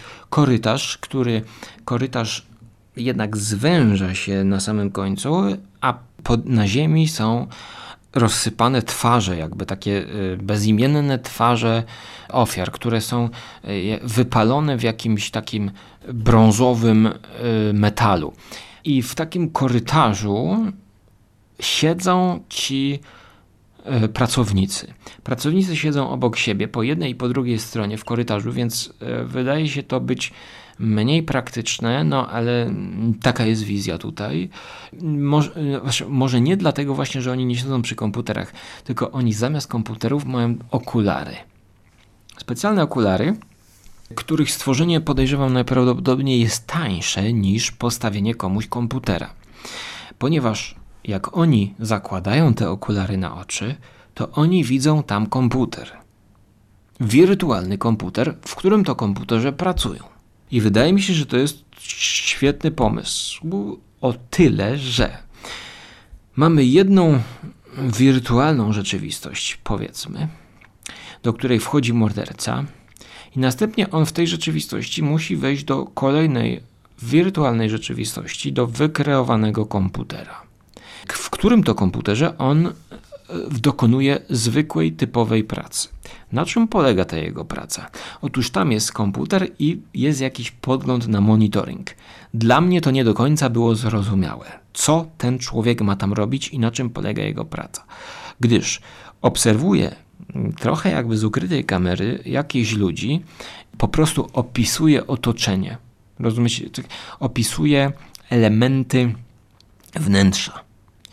S5: korytarz jednak zwęża się na samym końcu, a na ziemi są rozsypane twarze, jakby takie bezimienne twarze ofiar, które są wypalone w jakimś takim brązowym metalu. I w takim korytarzu siedzą ci pracownicy. Pracownicy siedzą obok siebie, po jednej i po drugiej stronie w korytarzu, więc wydaje się to być mniej praktyczne, ale taka jest wizja tutaj. Może nie dlatego właśnie, że oni nie siedzą przy komputerach, tylko oni zamiast komputerów mają okulary. Specjalne okulary, których stworzenie podejrzewam najprawdopodobniej jest tańsze niż postawienie komuś komputera. Ponieważ jak oni zakładają te okulary na oczy, to oni widzą tam komputer. Wirtualny komputer, w którym to komputerze pracują. I wydaje mi się, że to jest świetny pomysł. O tyle, że mamy jedną wirtualną rzeczywistość, powiedzmy, do której wchodzi morderca i następnie on w tej rzeczywistości musi wejść do kolejnej wirtualnej rzeczywistości, do wykreowanego komputera, w którym to komputerze on dokonuje zwykłej, typowej pracy. Na czym polega ta jego praca? Otóż tam jest komputer i jest jakiś podgląd na monitoring. Dla mnie to nie do końca było zrozumiałe, co ten człowiek ma tam robić i na czym polega jego praca. Gdyż obserwuję trochę jakby z ukrytej kamery jakichś ludzi, po prostu opisuje otoczenie. Rozumiecie? Opisuje elementy wnętrza.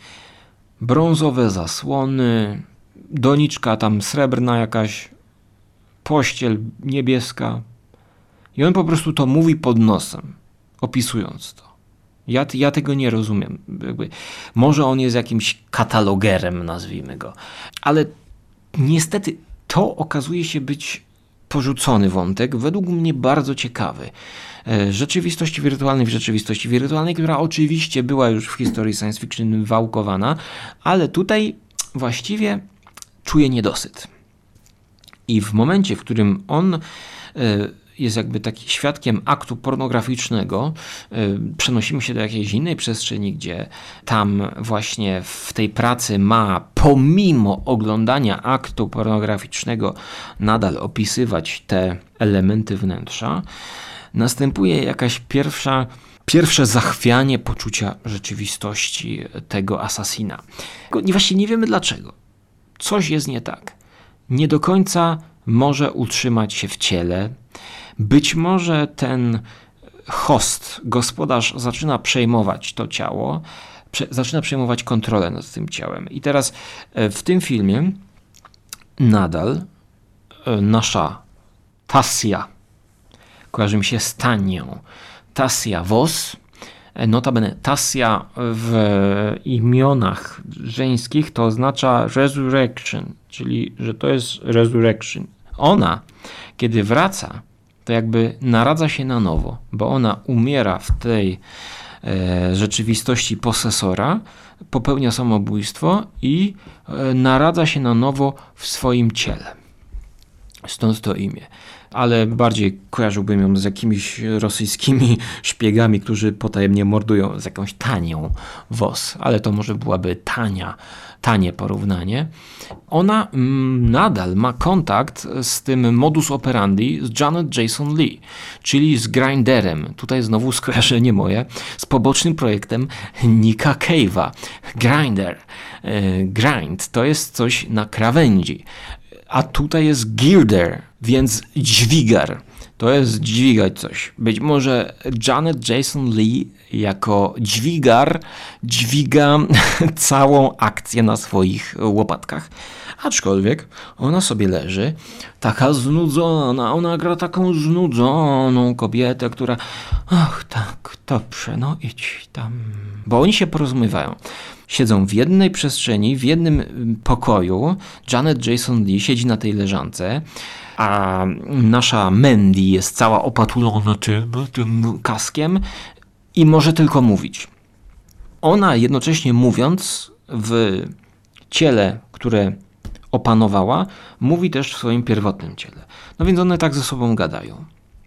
S5: Brązowe zasłony, doniczka tam srebrna jakaś, pościel niebieska. I on po prostu to mówi pod nosem, opisując to. Ja tego nie rozumiem. Może on jest jakimś katalogerem, nazwijmy go. Ale niestety to okazuje się być porzucony wątek, według mnie bardzo ciekawy. Rzeczywistości wirtualnej w rzeczywistości wirtualnej, która oczywiście była już w historii science fiction wałkowana, ale tutaj właściwie czuję niedosyt. I w momencie, w którym on jest jakby taki świadkiem aktu pornograficznego, przenosimy się do jakiejś innej przestrzeni, gdzie tam właśnie w tej pracy ma pomimo oglądania aktu pornograficznego nadal opisywać te elementy wnętrza, następuje jakaś pierwsze zachwianie poczucia rzeczywistości tego asasina. Właśnie nie wiemy dlaczego. Coś jest nie tak. Nie do końca może utrzymać się w ciele. Być może ten host, gospodarz zaczyna przejmować to ciało, zaczyna przejmować kontrolę nad tym ciałem. I teraz w tym filmie nadal nasza Tasja, kojarzy mi się z Tanią, Tasja Vos, notabene Tasja w imionach żeńskich to oznacza resurrection, czyli że to jest resurrection. Ona, kiedy wraca, to jakby naradza się na nowo, bo ona umiera w tej rzeczywistości posesora, popełnia samobójstwo i naradza się na nowo w swoim ciele. Stąd to imię. Ale bardziej kojarzyłbym ją z jakimiś rosyjskimi szpiegami, którzy potajemnie mordują, z jakąś Tanią Vos, ale to może byłaby tanie porównanie. Ona nadal ma kontakt z tym modus operandi z Janet Jason Leigh, czyli z Grinderem. Tutaj znowu skojarzenie moje z pobocznym projektem Nicka Cave'a. Grindr. Grind to jest coś na krawędzi. A tutaj jest girder, więc dźwigar. To jest dźwigać coś. Być może Janet Jason Leigh jako dźwigar dźwiga całą akcję na swoich łopatkach. Aczkolwiek ona sobie leży, taka znudzona, ona gra taką znudzoną kobietę, która ach tak, dobrze, no idź tam. Bo oni się porozumiewają. Siedzą w jednej przestrzeni, w jednym pokoju. Janet Jason Leigh siedzi na tej leżance, a nasza Mandy jest cała opatulona tym kaskiem i może tylko mówić. Ona jednocześnie mówiąc w ciele, które opanowała, mówi też w swoim pierwotnym ciele. No więc one tak ze sobą gadają.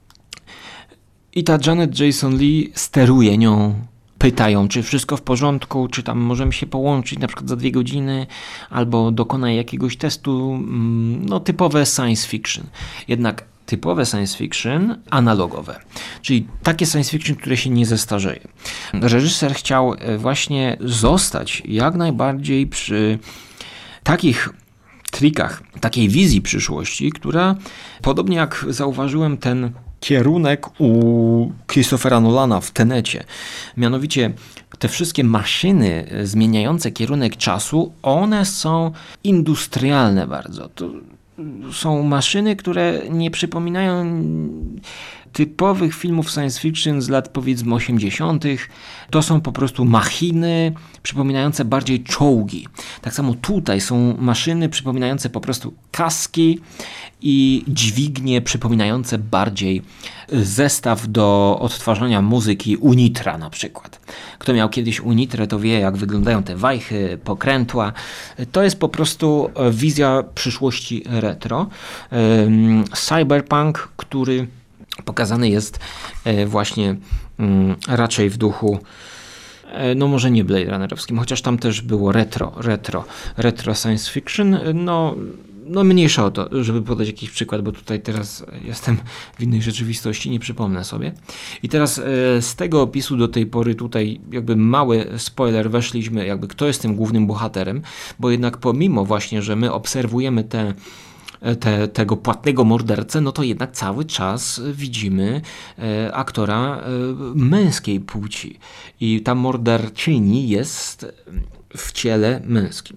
S5: I ta Janet Jason Leigh steruje nią, pytają, czy wszystko w porządku, czy tam możemy się połączyć na przykład za 2 godziny, albo dokonaj jakiegoś testu, no typowe science fiction. Jednak typowe science fiction analogowe, czyli takie science fiction, które się nie zestarzeje. Reżyser chciał właśnie zostać jak najbardziej przy takich trikach, takiej wizji przyszłości, która, podobnie jak zauważyłem ten kierunek u Christophera Nolana w Tenecie, mianowicie te wszystkie maszyny zmieniające kierunek czasu, one są industrialne bardzo. To są maszyny, które nie przypominają typowych filmów science fiction z lat powiedzmy 80. To są po prostu machiny przypominające bardziej czołgi. Tak samo tutaj są maszyny przypominające po prostu kaski i dźwignie przypominające bardziej zestaw do odtwarzania muzyki Unitra na przykład. Kto miał kiedyś Unitrę, to wie, jak wyglądają te wajchy, pokrętła. To jest po prostu wizja przyszłości retro. Cyberpunk, który pokazany jest właśnie raczej w duchu, no może nie Blade Runnerowskim, chociaż tam też było retro science fiction, no mniejsza o to, żeby podać jakiś przykład, bo tutaj teraz jestem w innej rzeczywistości, nie przypomnę sobie. I teraz z tego opisu do tej pory tutaj jakby mały spoiler weszliśmy, jakby kto jest tym głównym bohaterem, bo jednak pomimo właśnie, że my obserwujemy tego płatnego mordercę, no to jednak cały czas widzimy aktora męskiej płci i ta morderczyni jest w ciele męskim.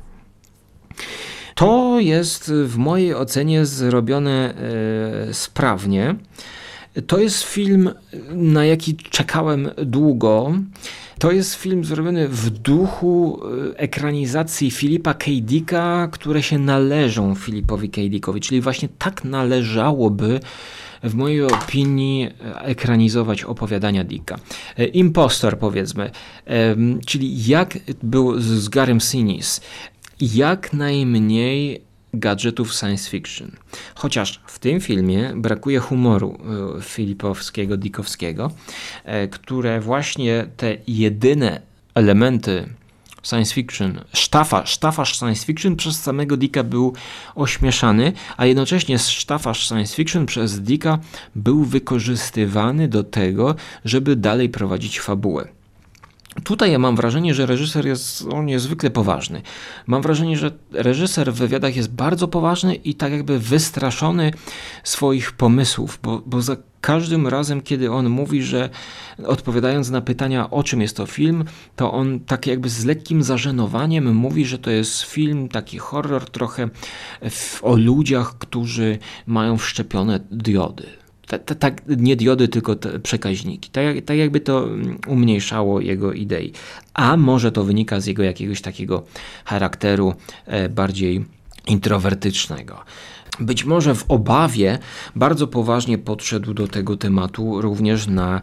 S5: To jest w mojej ocenie zrobione sprawnie. To jest film, na jaki czekałem długo. To jest film zrobiony w duchu ekranizacji Philippa K. Dicka, które się należą Philippowi K. Dickowi, czyli właśnie tak należałoby w mojej opinii ekranizować opowiadania Dicka. Impostor powiedzmy, czyli jak był z Garym Sinise, jak najmniej gadżetów science fiction. Chociaż w tym filmie brakuje humoru filipowskiego, dickowskiego, które właśnie te jedyne elementy science fiction, sztafaż science fiction przez samego Dicka był ośmieszany, a jednocześnie sztafaż science fiction przez Dicka był wykorzystywany do tego, żeby dalej prowadzić fabułę. Tutaj ja mam wrażenie, że reżyser jest niezwykle poważny. Mam wrażenie, że reżyser w wywiadach jest bardzo poważny i tak jakby wystraszony swoich pomysłów, bo za każdym razem, kiedy on mówi, że odpowiadając na pytania, o czym jest to film, to on tak jakby z lekkim zażenowaniem mówi, że to jest film, taki horror trochę o ludziach, którzy mają wszczepione diody. Tak, nie diody, tylko te przekaźniki. Tak jakby to umniejszało jego idei. A może to wynika z jego jakiegoś takiego charakteru bardziej introwertycznego. Być może w obawie bardzo poważnie podszedł do tego tematu również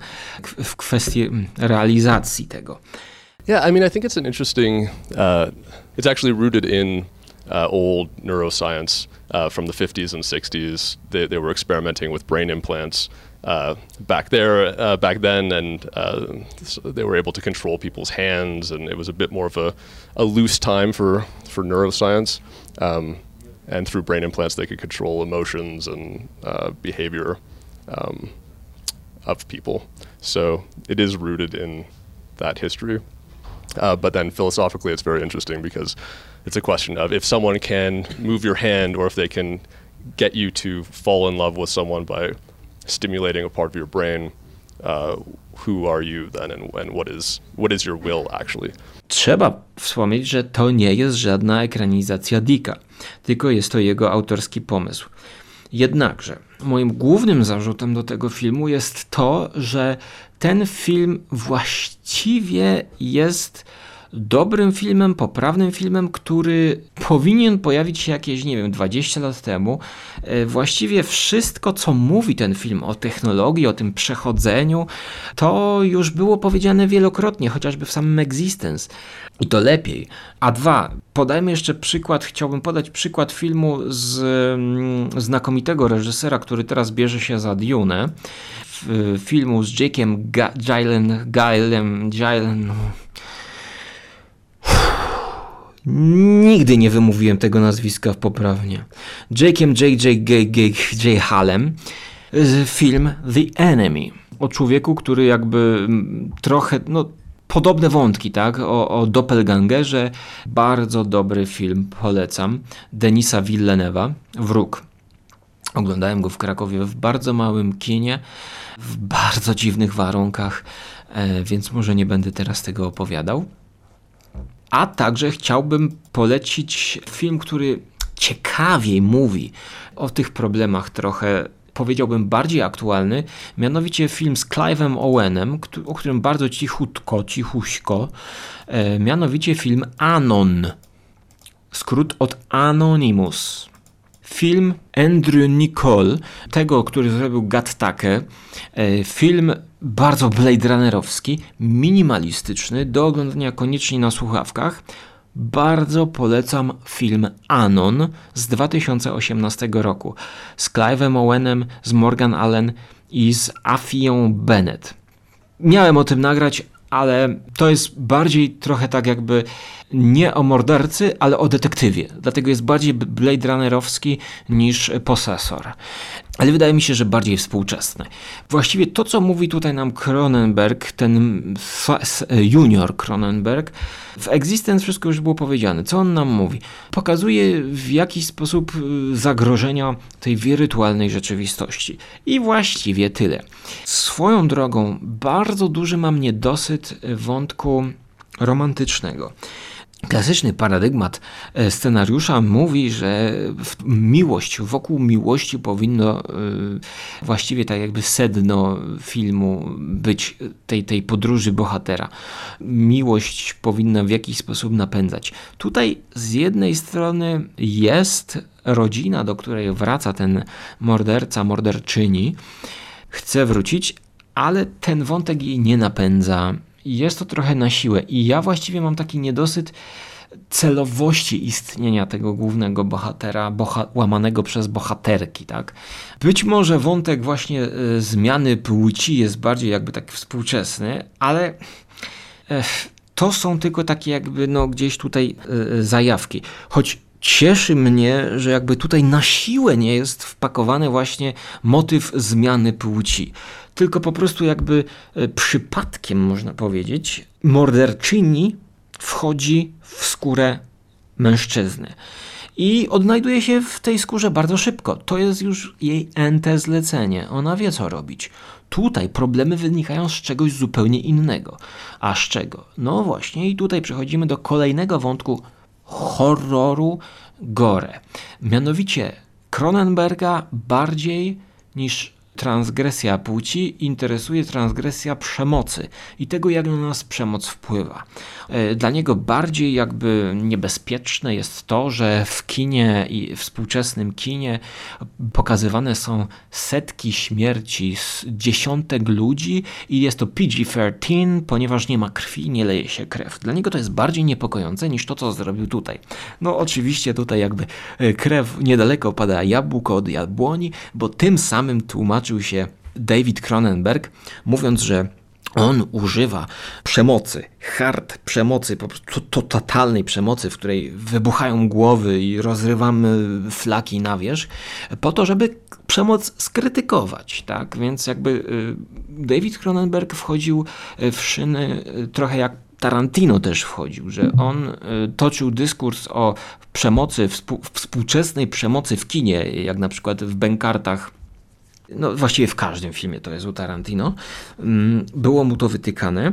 S5: w kwestii realizacji tego.
S3: Yeah, I mean, I think it's an interesting, it's actually rooted in old neuroscience from the 50s and 60s. They were experimenting with brain implants back then, and so they were able to control people's hands, and it was a bit more of a loose time for neuroscience. And through brain implants, they could control emotions and behavior of people. So it is rooted in that history. But then philosophically, it's very interesting because it's a question of if someone can move your hand or if they can get you to fall in love with someone by stimulating a part of your brain, who are you then and what is your will actually?
S5: Trzeba wspomnieć, że to nie jest żadna ekranizacja Dicka, tylko jest to jego autorski pomysł. Jednakże moim głównym zarzutem do tego filmu jest to, że ten film właściwie jest dobrym filmem, poprawnym filmem, który powinien pojawić się jakieś, 20 lat temu. Właściwie wszystko, co mówi ten film o technologii, o tym przechodzeniu, to już było powiedziane wielokrotnie, chociażby w samym Existence. I to lepiej. A dwa, podajmy jeszcze przykład, chciałbym podać przykład filmu z znakomitego reżysera, który teraz bierze się za Dune. Filmu z Jake'em Gyllenhaalem. Nigdy nie wymówiłem tego nazwiska poprawnie. Jake'em Hallem. Film The Enemy. O człowieku, który jakby trochę, podobne wątki, tak? O doppelgangerze. Bardzo dobry film, polecam. Denisa Villeneuve'a, Wróg. Oglądałem go w Krakowie w bardzo małym kinie, w bardzo dziwnych warunkach, więc może nie będę teraz tego opowiadał. A także chciałbym polecić film, który ciekawiej mówi o tych problemach trochę, powiedziałbym, bardziej aktualny, mianowicie film z Clive'em Owenem, o którym bardzo cichuśko, mianowicie film Anon, skrót od Anonymous. Film Andrew Niccol, tego, który zrobił Gattakę, film bardzo Blade Runnerowski, minimalistyczny, do oglądania koniecznie na słuchawkach. Bardzo polecam film Anon z 2018 roku z Clive'em Owenem, z Morgan Allen i z Afią Bennett. Miałem o tym nagrać, ale to jest bardziej trochę tak jakby nie o mordercy, ale o detektywie. Dlatego jest bardziej Blade Runnerowski niż Possessor. Ale wydaje mi się, że bardziej współczesny. Właściwie to, co mówi tutaj nam Cronenberg, ten junior Cronenberg, w Existence wszystko już było powiedziane. Co on nam mówi? Pokazuje w jakiś sposób zagrożenia tej wirtualnej rzeczywistości. I właściwie tyle. Swoją drogą bardzo duży mam niedosyt wątku romantycznego. Klasyczny paradygmat scenariusza mówi, że wokół miłości powinno właściwie tak jakby sedno filmu być tej podróży bohatera. Miłość powinna w jakiś sposób napędzać. Tutaj z jednej strony jest rodzina, do której wraca ten morderca, morderczyni, chce wrócić, ale ten wątek jej nie napędza. Jest to trochę na siłę i ja właściwie mam taki niedosyt celowości istnienia tego głównego bohatera, łamanego przez bohaterki, tak? Być może wątek właśnie zmiany płci jest bardziej jakby tak współczesny, ale to są tylko takie jakby gdzieś tutaj zajawki. Choć cieszy mnie, że jakby tutaj na siłę nie jest wpakowany właśnie motyw zmiany płci. Tylko po prostu jakby przypadkiem, można powiedzieć, morderczyni wchodzi w skórę mężczyzny. I odnajduje się w tej skórze bardzo szybko. To jest już jej ente zlecenie. Ona wie, co robić. Tutaj problemy wynikają z czegoś zupełnie innego. A z czego? No właśnie, i tutaj przechodzimy do kolejnego wątku horroru gore. Mianowicie Cronenberga bardziej niż transgresja płci interesuje transgresja przemocy i tego, jak na nas przemoc wpływa. Dla niego bardziej jakby niebezpieczne jest to, że w kinie i współczesnym kinie pokazywane są setki śmierci z dziesiątek ludzi i jest to PG-13, ponieważ nie ma krwi, nie leje się krew. Dla niego to jest bardziej niepokojące niż to, co zrobił tutaj. No oczywiście tutaj jakby krew niedaleko pada jabłko od jabłoni, bo tym samym tłumaczył się David Cronenberg, mówiąc, że on używa przemocy, hard przemocy, po prostu totalnej przemocy, w której wybuchają głowy i rozrywamy flaki na wierzch, po to, żeby przemoc skrytykować, tak? Więc jakby David Cronenberg wchodził w szyny trochę jak Tarantino też wchodził, że on toczył dyskurs o przemocy, współczesnej przemocy w kinie, jak na przykład w Bękartach. No właściwie w każdym filmie to jest u Tarantino. Było mu to wytykane,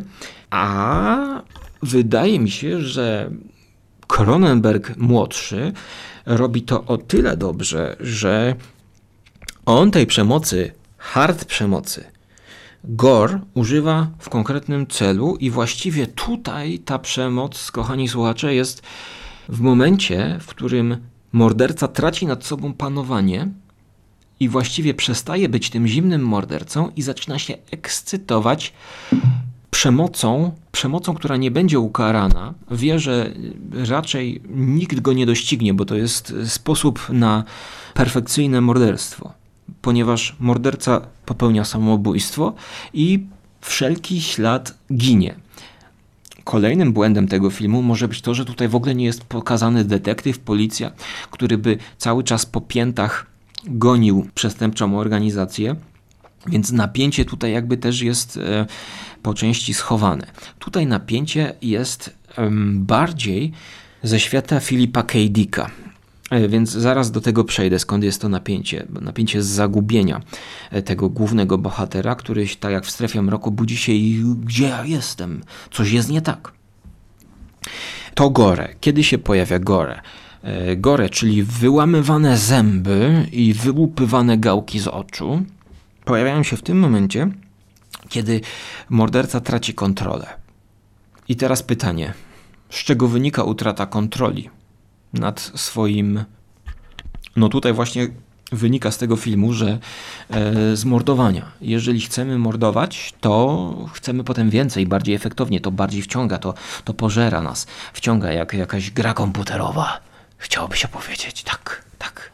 S5: a wydaje mi się, że Cronenberg młodszy robi to o tyle dobrze, że on tej przemocy, hard przemocy, gore używa w konkretnym celu i właściwie tutaj ta przemoc, kochani słuchacze, jest w momencie, w którym morderca traci nad sobą panowanie i właściwie przestaje być tym zimnym mordercą i zaczyna się ekscytować przemocą, która nie będzie ukarana. Wie, że raczej nikt go nie doścignie, bo to jest sposób na perfekcyjne morderstwo, ponieważ morderca popełnia samobójstwo i wszelki ślad ginie. Kolejnym błędem tego filmu może być to, że tutaj w ogóle nie jest pokazany detektyw, policja, który by cały czas po piętach gonił przestępczą organizację, więc napięcie tutaj jakby też jest po części schowane. Tutaj napięcie jest bardziej ze świata Philippa K. Dicka, więc zaraz do tego przejdę, skąd jest to napięcie. Napięcie z zagubienia tego głównego bohatera, który tak jak w Strefie Mroku budzi się i gdzie ja jestem? Coś jest nie tak. To gore. Kiedy się pojawia gore? gore, czyli wyłamywane zęby i wyłupywane gałki z oczu, pojawiają się w tym momencie, kiedy morderca traci kontrolę. I teraz pytanie, z czego wynika utrata kontroli nad swoim... No tutaj właśnie wynika z tego filmu, że z mordowania. Jeżeli chcemy mordować, to chcemy potem więcej, bardziej efektownie, to bardziej wciąga, to pożera nas. Wciąga jak jakaś gra komputerowa. Chciałoby się powiedzieć, tak.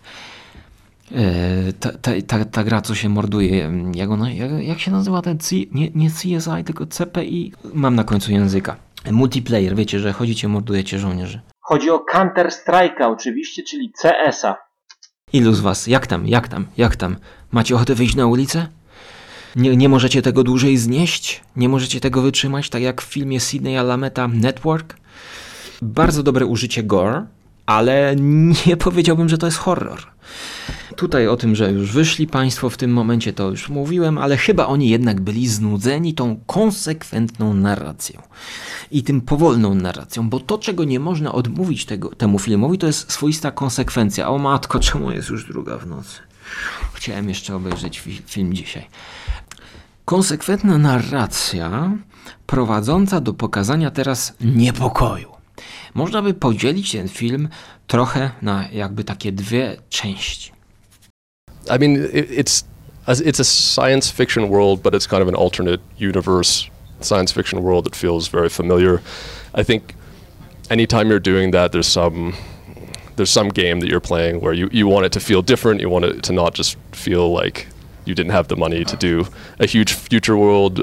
S5: Ta gra, co się morduje, jak się nazywa ten nie CSI, tylko CPI? Mam na końcu języka. Multiplayer, wiecie, że chodzicie, mordujecie żołnierzy.
S4: Chodzi o Counter-Strike'a oczywiście, czyli CS-a.
S5: Ilu z was? Jak tam? Macie ochotę wyjść na ulicę? Nie możecie tego dłużej znieść? Nie możecie tego wytrzymać, tak jak w filmie Sidney Alameta Network? Bardzo dobre użycie gore, ale nie powiedziałbym, że to jest horror. Tutaj o tym, że już wyszli państwo w tym momencie, to już mówiłem, ale chyba oni jednak byli znudzeni tą konsekwentną narracją i tym powolną narracją, bo to, czego nie można odmówić temu filmowi, to jest swoista konsekwencja. O matko, czemu jest już 2 w nocy? Chciałem jeszcze obejrzeć film dzisiaj. Konsekwentna narracja prowadząca do pokazania teraz niepokoju. Można by podzielić ten film trochę na jakby takie 2 części.
S3: I mean, it's a science fiction world, but it's kind of an alternate universe science fiction world that feels very familiar. I think anytime you're doing that, there's some game that you're playing where you want it to feel different. You want it to not just feel like you didn't have the money to do a huge future world.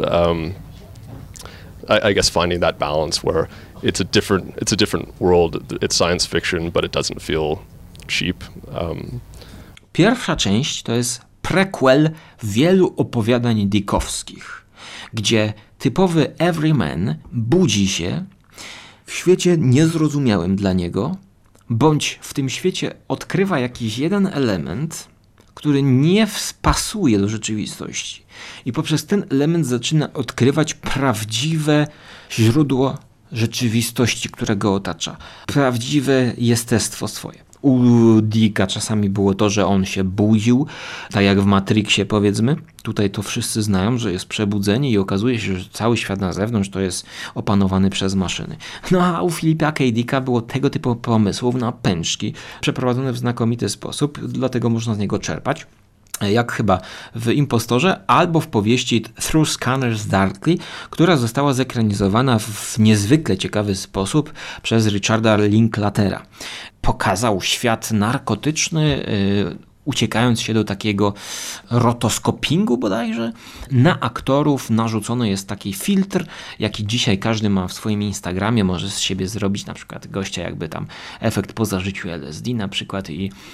S3: I guess finding that balance where it's a different world. It's science fiction, but it doesn't feel cheap.
S5: Pierwsza część to jest prequel wielu opowiadań dickowskich, gdzie typowy everyman budzi się w świecie niezrozumiałym dla niego, bądź w tym świecie odkrywa jakiś jeden element, który nie pasuje do rzeczywistości. I poprzez ten element zaczyna odkrywać prawdziwe źródło rzeczywistości, które go otacza. Prawdziwe jestestwo swoje. U Dicka czasami było to, że on się budził, tak jak w Matrixie powiedzmy. Tutaj to wszyscy znają, że jest przebudzenie i okazuje się, że cały świat na zewnątrz to jest opanowany przez maszyny. No a u Philippa K. Dicka było tego typu pomysłów na pęczki, przeprowadzone w znakomity sposób, dlatego można z niego czerpać. Jak chyba w Impostorze, albo w powieści Through Scanners Darkly, która została zekranizowana w niezwykle ciekawy sposób przez Richarda Linklatera. Pokazał świat narkotyczny, uciekając się do takiego rotoskopingu bodajże. Na aktorów narzucony jest taki filtr, jaki dzisiaj każdy ma w swoim Instagramie, może z siebie zrobić na przykład gościa jakby tam efekt po zażyciu LSD na przykład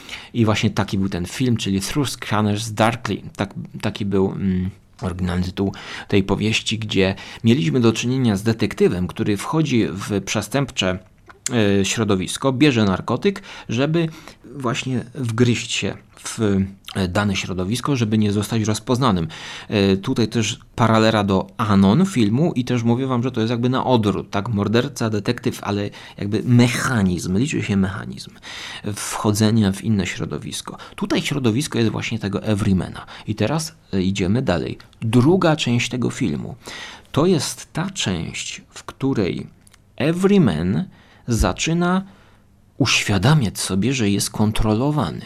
S5: i właśnie taki był ten film, czyli Through Scanners Darkly. Taki był oryginalny tytuł tej powieści, gdzie mieliśmy do czynienia z detektywem, który wchodzi w przestępcze środowisko, bierze narkotyk, żeby właśnie wgryźć się w dane środowisko, żeby nie zostać rozpoznanym. Tutaj też paralela do Anon filmu i też mówię wam, że to jest jakby na odwrót, tak? Morderca, detektyw, ale jakby mechanizm, liczy się mechanizm wchodzenia w inne środowisko. Tutaj środowisko jest właśnie tego everymana. I teraz idziemy dalej. Druga część tego filmu to jest ta część, w której everyman zaczyna uświadamiać sobie, że jest kontrolowany.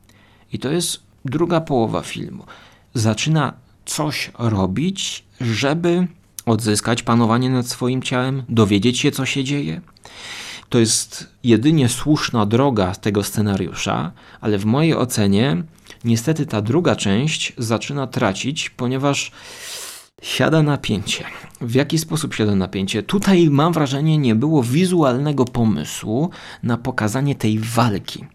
S5: I to jest druga połowa filmu. Zaczyna coś robić, żeby odzyskać panowanie nad swoim ciałem, dowiedzieć się, co się dzieje. To jest jedynie słuszna droga tego scenariusza, ale w mojej ocenie niestety ta druga część zaczyna tracić, ponieważ siada napięcie. W jaki sposób siada napięcie? Tutaj mam wrażenie, nie było wizualnego pomysłu na pokazanie tej walki.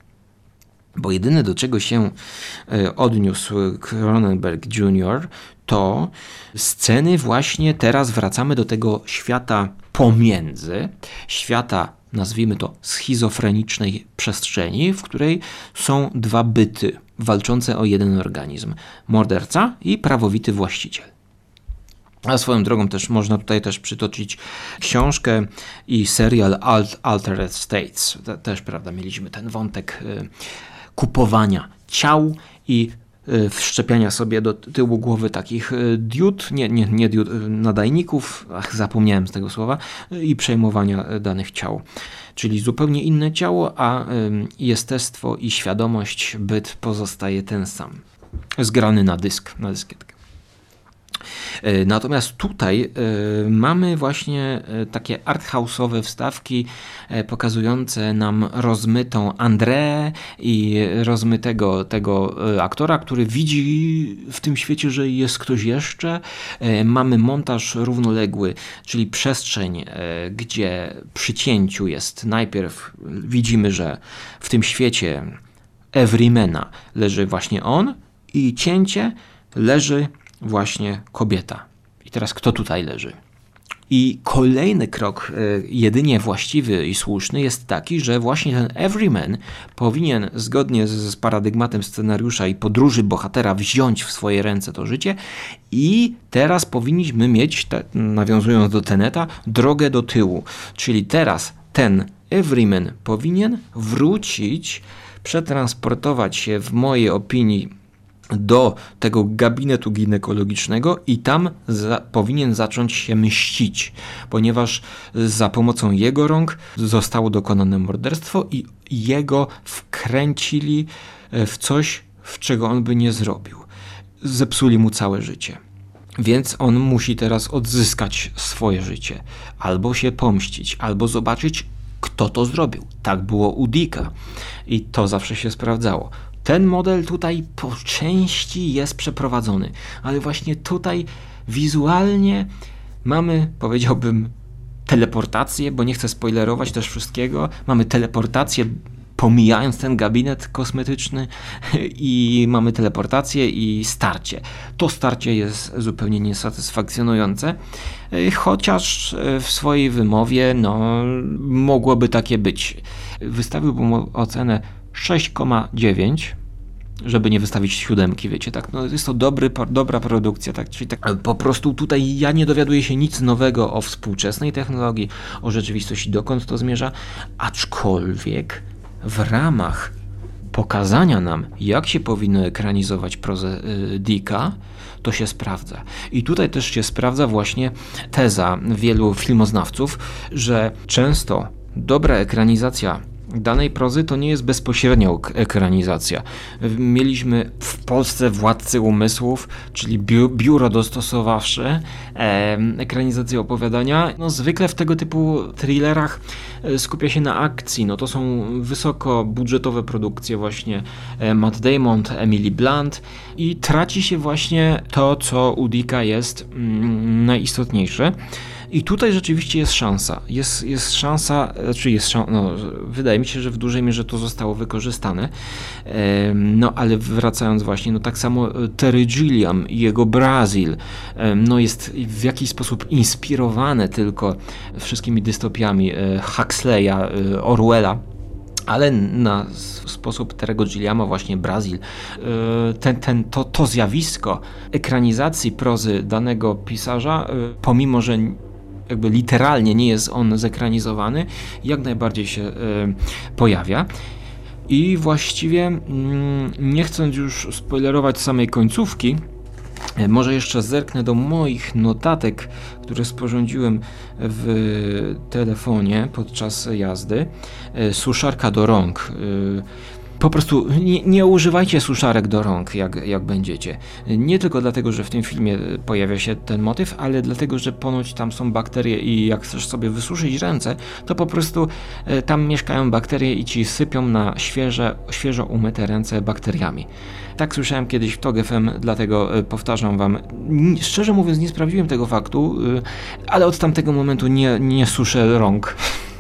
S5: Bo jedyne, do czego się odniósł Cronenberg Jr., to sceny właśnie, teraz wracamy do tego świata pomiędzy, świata, nazwijmy to, schizofrenicznej przestrzeni, w której są 2 byty walczące o jeden organizm. Morderca i prawowity właściciel. A swoją drogą też można tutaj też przytoczyć książkę i serial Altered States. Też, prawda, mieliśmy ten wątek kupowania ciał i wszczepiania sobie do tyłu głowy takich diod, nie diod, nadajników, zapomniałem z tego słowa, i przejmowania danych ciał. Czyli zupełnie inne ciało, a jestestwo i świadomość, byt pozostaje ten sam. Zgrany na dyskietkę. Natomiast tutaj mamy właśnie takie arthouse'owe wstawki pokazujące nam rozmytą Andrę i rozmytego tego aktora, który widzi w tym świecie, że jest ktoś jeszcze. Mamy montaż równoległy, czyli przestrzeń, gdzie przy cięciu jest najpierw widzimy, że w tym świecie Everymana leży właśnie on i cięcie leży właśnie kobieta. I teraz kto tutaj leży? I kolejny krok, jedynie właściwy i słuszny, jest taki, że właśnie ten Everyman powinien zgodnie z paradygmatem scenariusza i podróży bohatera wziąć w swoje ręce to życie i teraz powinniśmy mieć, nawiązując do Teneta, drogę do tyłu. Czyli teraz ten Everyman powinien wrócić, przetransportować się, w mojej opinii, do tego gabinetu ginekologicznego i tam powinien zacząć się mścić, ponieważ za pomocą jego rąk zostało dokonane morderstwo i jego wkręcili w coś, w czego on by nie zrobił. Zepsuli mu całe życie. Więc on musi teraz odzyskać swoje życie. Albo się pomścić, albo zobaczyć, kto to zrobił. Tak było u Dicka i to zawsze się sprawdzało. Ten model tutaj po części jest przeprowadzony, ale właśnie tutaj wizualnie mamy, powiedziałbym, teleportację, bo nie chcę spoilerować też wszystkiego. Mamy teleportację, pomijając ten gabinet kosmetyczny, i mamy teleportację i starcie. To starcie jest zupełnie niesatysfakcjonujące, chociaż w swojej wymowie mogłoby takie być. Wystawiłbym ocenę 6,9, żeby nie wystawić 7, wiecie, tak, jest to dobra produkcja, tak, czyli tak, po prostu tutaj ja nie dowiaduję się nic nowego o współczesnej technologii, o rzeczywistości, dokąd to zmierza, aczkolwiek w ramach pokazania nam, jak się powinno ekranizować prozę Dicka, to się sprawdza. I tutaj też się sprawdza właśnie teza wielu filmoznawców, że często dobra ekranizacja danej prozy to nie jest bezpośrednio ekranizacja. Mieliśmy w Polsce Władcy Umysłów, czyli biuro dostosowawcze, ekranizację opowiadania. Zwykle w tego typu thrillerach skupia się na akcji. To są wysokobudżetowe produkcje właśnie Matt Damon, Emily Blunt i traci się właśnie to, co u Dicka jest najistotniejsze. I tutaj rzeczywiście jest szansa. Jest szansa, wydaje mi się, że w dużej mierze to zostało wykorzystane. Ale wracając właśnie, tak samo Terry Gilliam i jego Brazil, jest w jakiś sposób inspirowane tylko wszystkimi dystopiami Huxleya, Orwella, ale na sposób Terry'ego Gilliama właśnie Brazil, to zjawisko ekranizacji prozy danego pisarza, pomimo że jakby literalnie nie jest on zekranizowany, jak najbardziej się pojawia. I właściwie nie chcąc już spoilerować samej końcówki, może jeszcze zerknę do moich notatek, które sporządziłem w telefonie podczas jazdy. Suszarka do rąk. Po prostu nie używajcie suszarek do rąk, jak będziecie. Nie tylko dlatego, że w tym filmie pojawia się ten motyw, ale dlatego, że ponoć tam są bakterie i jak chcesz sobie wysuszyć ręce, to po prostu tam mieszkają bakterie i ci sypią na świeżo umyte ręce bakteriami. Tak słyszałem kiedyś w TOG FM, dlatego powtarzam wam. Szczerze mówiąc, nie sprawdziłem tego faktu, ale od tamtego momentu nie suszę rąk.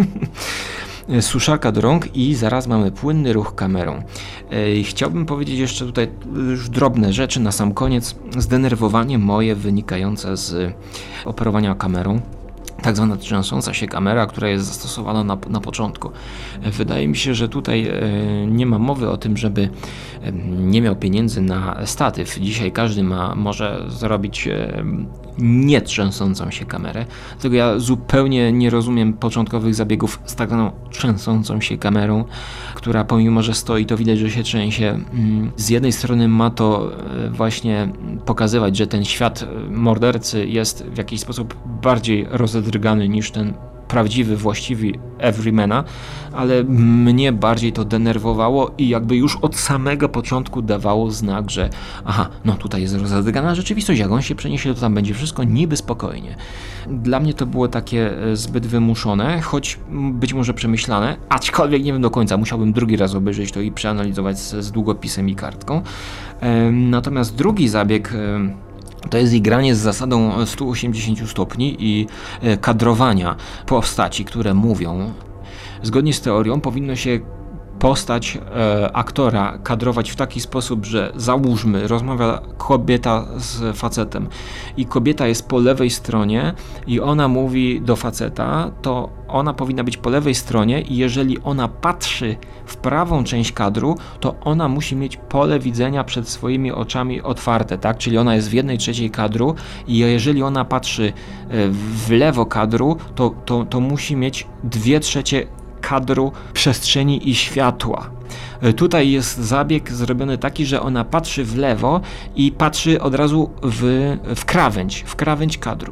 S5: Suszarka do rąk i zaraz mamy płynny ruch kamerą. Chciałbym powiedzieć jeszcze tutaj już drobne rzeczy na sam koniec. Zdenerwowanie moje wynikające z operowania kamerą. Tak zwana trzęsąca się kamera, która jest zastosowana na początku. Wydaje mi się, że tutaj nie ma mowy o tym, żeby nie miał pieniędzy na statyw. Dzisiaj każdy może zrobić nie trzęsącą się kamerę. Dlatego ja zupełnie nie rozumiem początkowych zabiegów z tak zwaną trzęsącą się kamerą, która pomimo, że stoi, to widać, że się trzęsie. Z jednej strony ma to właśnie pokazywać, że ten świat mordercy jest w jakiś sposób bardziej rozedrgany niż ten prawdziwy, właściwy Everymana, ale mnie bardziej to denerwowało i jakby już od samego początku dawało znak, że no tutaj jest rozedrgana rzeczywistość, jak on się przeniesie, to tam będzie wszystko niby spokojnie. Dla mnie to było takie zbyt wymuszone, choć być może przemyślane, aczkolwiek nie wiem do końca, musiałbym drugi raz obejrzeć to i przeanalizować z długopisem i kartką. Natomiast drugi zabieg to jest granie z zasadą 180 stopni i kadrowania postaci, które mówią. Zgodnie z teorią powinno się postać aktora kadrować w taki sposób, że załóżmy, rozmawia kobieta z facetem i kobieta jest po lewej stronie i ona mówi do faceta, to ona powinna być po lewej stronie i jeżeli ona patrzy w prawą część kadru, to ona musi mieć pole widzenia przed swoimi oczami otwarte, tak? Czyli ona jest w 1/3 kadru i jeżeli ona patrzy w lewo kadru, to musi mieć 2/3 kadru przestrzeni i światła. Tutaj jest zabieg zrobiony taki, że ona patrzy w lewo i patrzy od razu w krawędź kadru.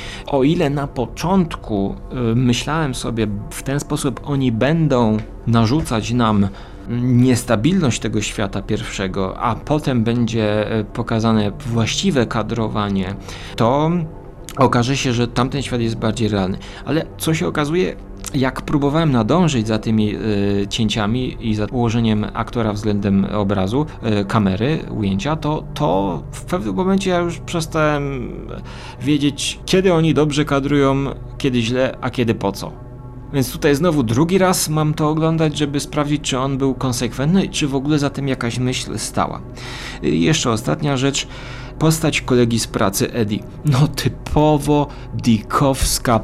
S5: O ile na początku myślałem sobie w ten sposób, oni będą narzucać nam niestabilność tego świata pierwszego, a potem będzie pokazane właściwe kadrowanie, to okaże się, że tamten świat jest bardziej realny. Ale co się okazuje, jak próbowałem nadążyć za tymi cięciami i za ułożeniem aktora względem obrazu, kamery, ujęcia, to w pewnym momencie ja już przestałem wiedzieć, kiedy oni dobrze kadrują, kiedy źle, a kiedy po co. Więc tutaj znowu drugi raz mam to oglądać, żeby sprawdzić, czy on był konsekwentny, czy w ogóle za tym jakaś myśl stała. I jeszcze ostatnia rzecz. Postać kolegi z pracy Eddie. No typowo dickowska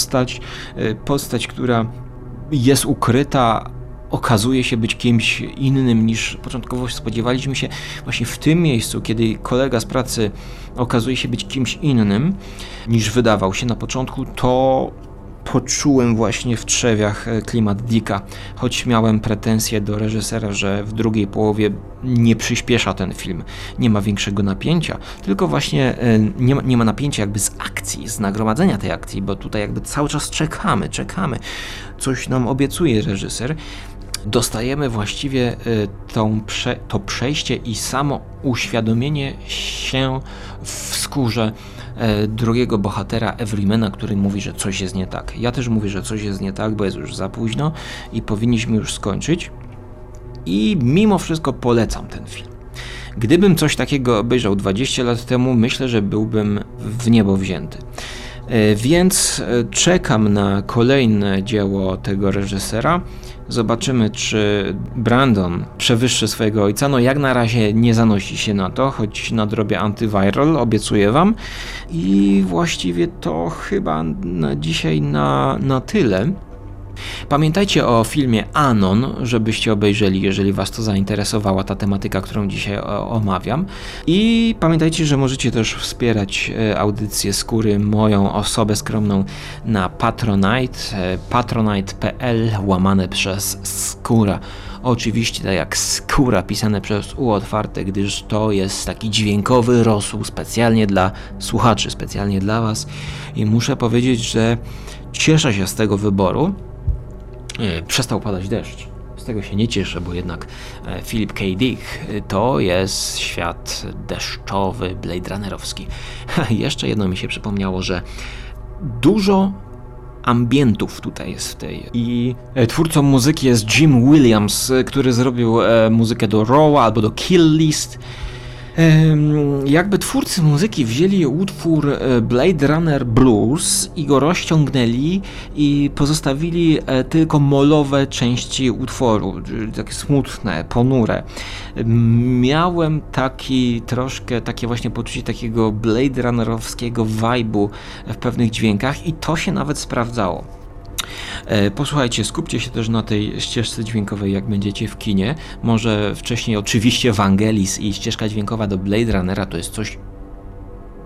S5: postać, która jest ukryta, okazuje się być kimś innym niż początkowo spodziewaliśmy się. Właśnie w tym miejscu, kiedy kolega z pracy okazuje się być kimś innym niż wydawał się na początku, to poczułem właśnie w Trzewiach klimat Dicka, choć miałem pretensje do reżysera, że w drugiej połowie nie przyspiesza ten film, nie ma większego napięcia, tylko właśnie nie ma napięcia jakby z akcji, z nagromadzenia tej akcji, bo tutaj jakby cały czas czekamy, coś nam obiecuje reżyser. Dostajemy właściwie to przejście i samo uświadomienie się w skórze drugiego bohatera Everymana, który mówi, że coś jest nie tak. Ja też mówię, że coś jest nie tak, bo jest już za późno i powinniśmy już skończyć. I mimo wszystko polecam ten film. Gdybym coś takiego obejrzał 20 lat temu, myślę, że byłbym w niebo wzięty. Więc czekam na kolejne dzieło tego reżysera. Zobaczymy, czy Brandon przewyższy swojego ojca. No jak na razie nie zanosi się na to, choć nadrobię antyviral, obiecuję wam. I właściwie to chyba na dzisiaj na tyle. Pamiętajcie o filmie Anon, żebyście obejrzeli, jeżeli was to zainteresowała ta tematyka, którą dzisiaj omawiam. I pamiętajcie, że możecie też wspierać audycję Skóry, moją osobę skromną na Patronite, patronite.pl/Skóra. Oczywiście tak jak Skóra pisane przez U otwarte, gdyż to jest taki dźwiękowy rosół specjalnie dla słuchaczy, specjalnie dla was. I muszę powiedzieć, że cieszę się z tego wyboru. Przestał padać deszcz. Z tego się nie cieszę, bo jednak Philip K. Dick to jest świat deszczowy, Blade Runnerowski. Jeszcze jedno mi się przypomniało, że dużo ambientów tutaj jest w tej. I twórcą muzyki jest Jim Williams, który zrobił muzykę do Raw albo do Kill List. Jakby twórcy muzyki wzięli utwór Blade Runner Blues i go rozciągnęli i pozostawili tylko molowe części utworu, takie smutne, ponure. Miałem takie właśnie poczucie takiego Blade Runnerowskiego vibe'u w pewnych dźwiękach i to się nawet sprawdzało. Posłuchajcie, skupcie się też na tej ścieżce dźwiękowej, jak będziecie w kinie. Może wcześniej oczywiście Vangelis i ścieżka dźwiękowa do Blade Runnera to jest coś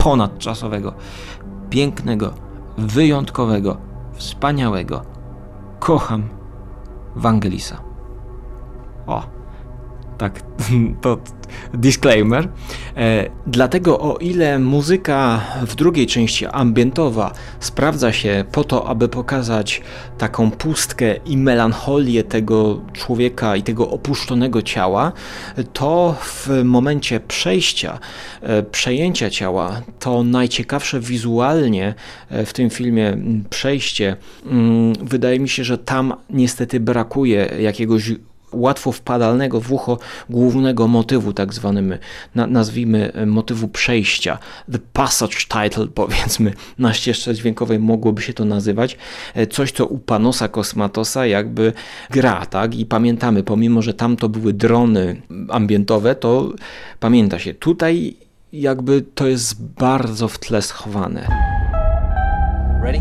S5: ponadczasowego, pięknego, wyjątkowego, wspaniałego. Kocham Vangelisa. O, tak, to disclaimer. Dlatego o ile muzyka w drugiej części ambientowa sprawdza się po to, aby pokazać taką pustkę i melancholię tego człowieka i tego opuszczonego ciała, to w momencie przejęcia ciała, to najciekawsze wizualnie w tym filmie przejście, wydaje mi się, że tam niestety brakuje jakiegoś łatwo wpadalnego w ucho głównego motywu, tak zwanym, nazwijmy motywu przejścia. The passage title, powiedzmy, na ścieżce dźwiękowej mogłoby się to nazywać. Coś, co u Panosa Kosmatosa jakby gra, tak? I pamiętamy, pomimo, że tam to były drony ambientowe, to pamięta się. Tutaj jakby to jest bardzo w tle schowane.
S1: Ready?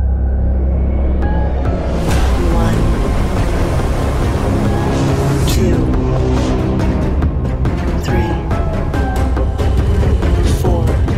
S7: 2, 3, 4,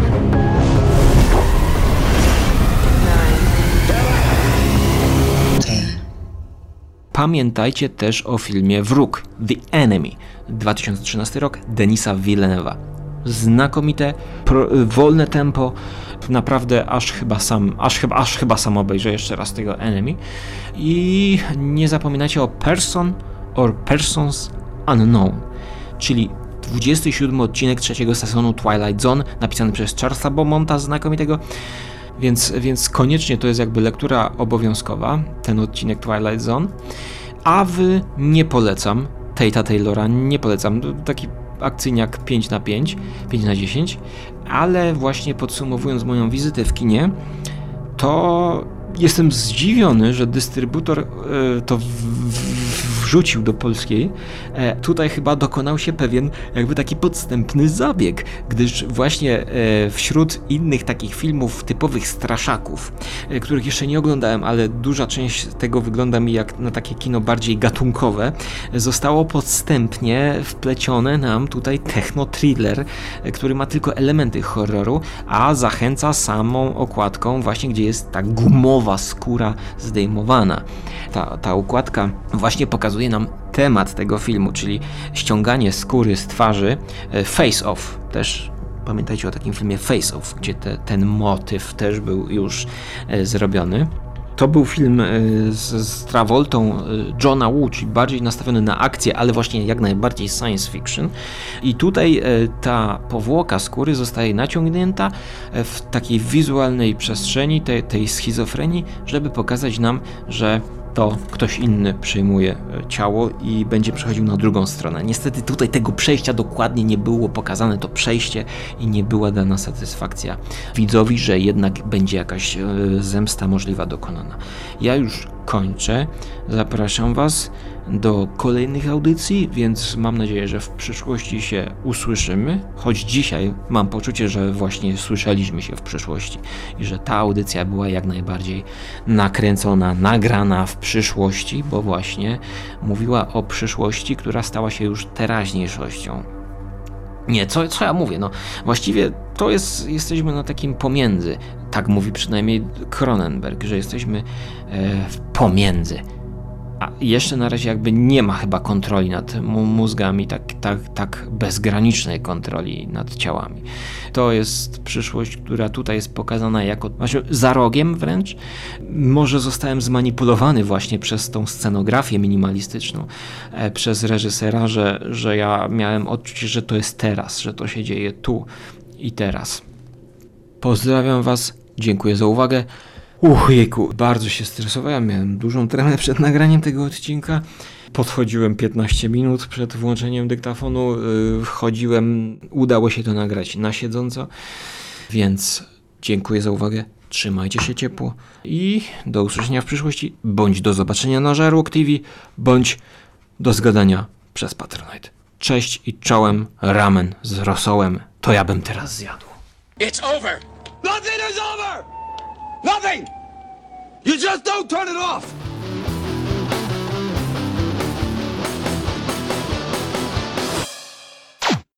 S7: 9, 10.
S5: Pamiętajcie też o filmie Wróg, The Enemy, 2013 rok, Denisa Villeneuve'a. Znakomite, wolne tempo, naprawdę aż chyba sam obejrzę jeszcze raz tego Enemy. I nie zapominajcie o Person or Persons Unknown, czyli 27 odcinek trzeciego sezonu Twilight Zone, napisany przez Charlesa Beaumonta, znakomitego. Więc koniecznie to jest jakby lektura obowiązkowa, ten odcinek Twilight Zone. A nie polecam Tate'a Taylora, nie polecam. Taki akcyjniak 5/5, 5/10, ale właśnie podsumowując moją wizytę w kinie, to jestem zdziwiony, że dystrybutor to wrzucił do polskiej. Tutaj chyba dokonał się pewien jakby taki podstępny zabieg, gdyż właśnie wśród innych takich filmów typowych straszaków, których jeszcze nie oglądałem, ale duża część tego wygląda mi jak na takie kino bardziej gatunkowe, zostało podstępnie wplecione nam tutaj techno-thriller, który ma tylko elementy horroru, a zachęca samą okładką właśnie, gdzie jest ta gumowa skóra zdejmowana. Ta okładka właśnie pokazuje nam temat tego filmu, czyli ściąganie skóry z twarzy, Face Off. Też pamiętajcie o takim filmie Face Off, gdzie ten motyw też był już zrobiony. To był film z Travoltą Johna Woo, czyli bardziej nastawiony na akcję, ale właśnie jak najbardziej science fiction. I tutaj ta powłoka skóry zostaje naciągnięta w takiej wizualnej przestrzeni, tej schizofrenii, żeby pokazać nam, że to ktoś inny przejmuje ciało i będzie przechodził na drugą stronę. Niestety tutaj tego przejścia dokładnie nie było pokazane, to przejście, i nie była dana satysfakcja widzowi, że jednak będzie jakaś zemsta możliwa dokonana. Ja już kończę. Zapraszam Was do kolejnych audycji, więc mam nadzieję, że w przyszłości się usłyszymy, choć dzisiaj mam poczucie, że właśnie słyszeliśmy się w przyszłości i że ta audycja była jak najbardziej nakręcona, nagrana w przyszłości, bo właśnie mówiła o przyszłości, która stała się już teraźniejszością. Nie, co ja mówię? No właściwie to jesteśmy na takim pomiędzy. Tak mówi przynajmniej Cronenberg, że jesteśmy pomiędzy. A jeszcze na razie jakby nie ma chyba kontroli nad mózgami, tak bezgranicznej kontroli nad ciałami. To jest przyszłość, która tutaj jest pokazana jako właśnie za rogiem wręcz. Może zostałem zmanipulowany właśnie przez tą scenografię minimalistyczną, przez reżysera, że ja miałem odczucie, że to jest teraz, że to się dzieje tu i teraz. Pozdrawiam Was, dziękuję za uwagę. Jejku, bardzo się stresowałem, miałem dużą tremę przed nagraniem tego odcinka. Podchodziłem 15 minut przed włączeniem dyktafonu, chodziłem, udało się to nagrać na siedząco, więc dziękuję za uwagę, trzymajcie się ciepło i do usłyszenia w przyszłości, bądź do zobaczenia na Żarłok TV, bądź do zgadania przez Patronite. Cześć i czołem, ramen z rosołem, to ja bym teraz zjadł.
S8: It's over! Nothing is over! Nothing! You just don't turn it off!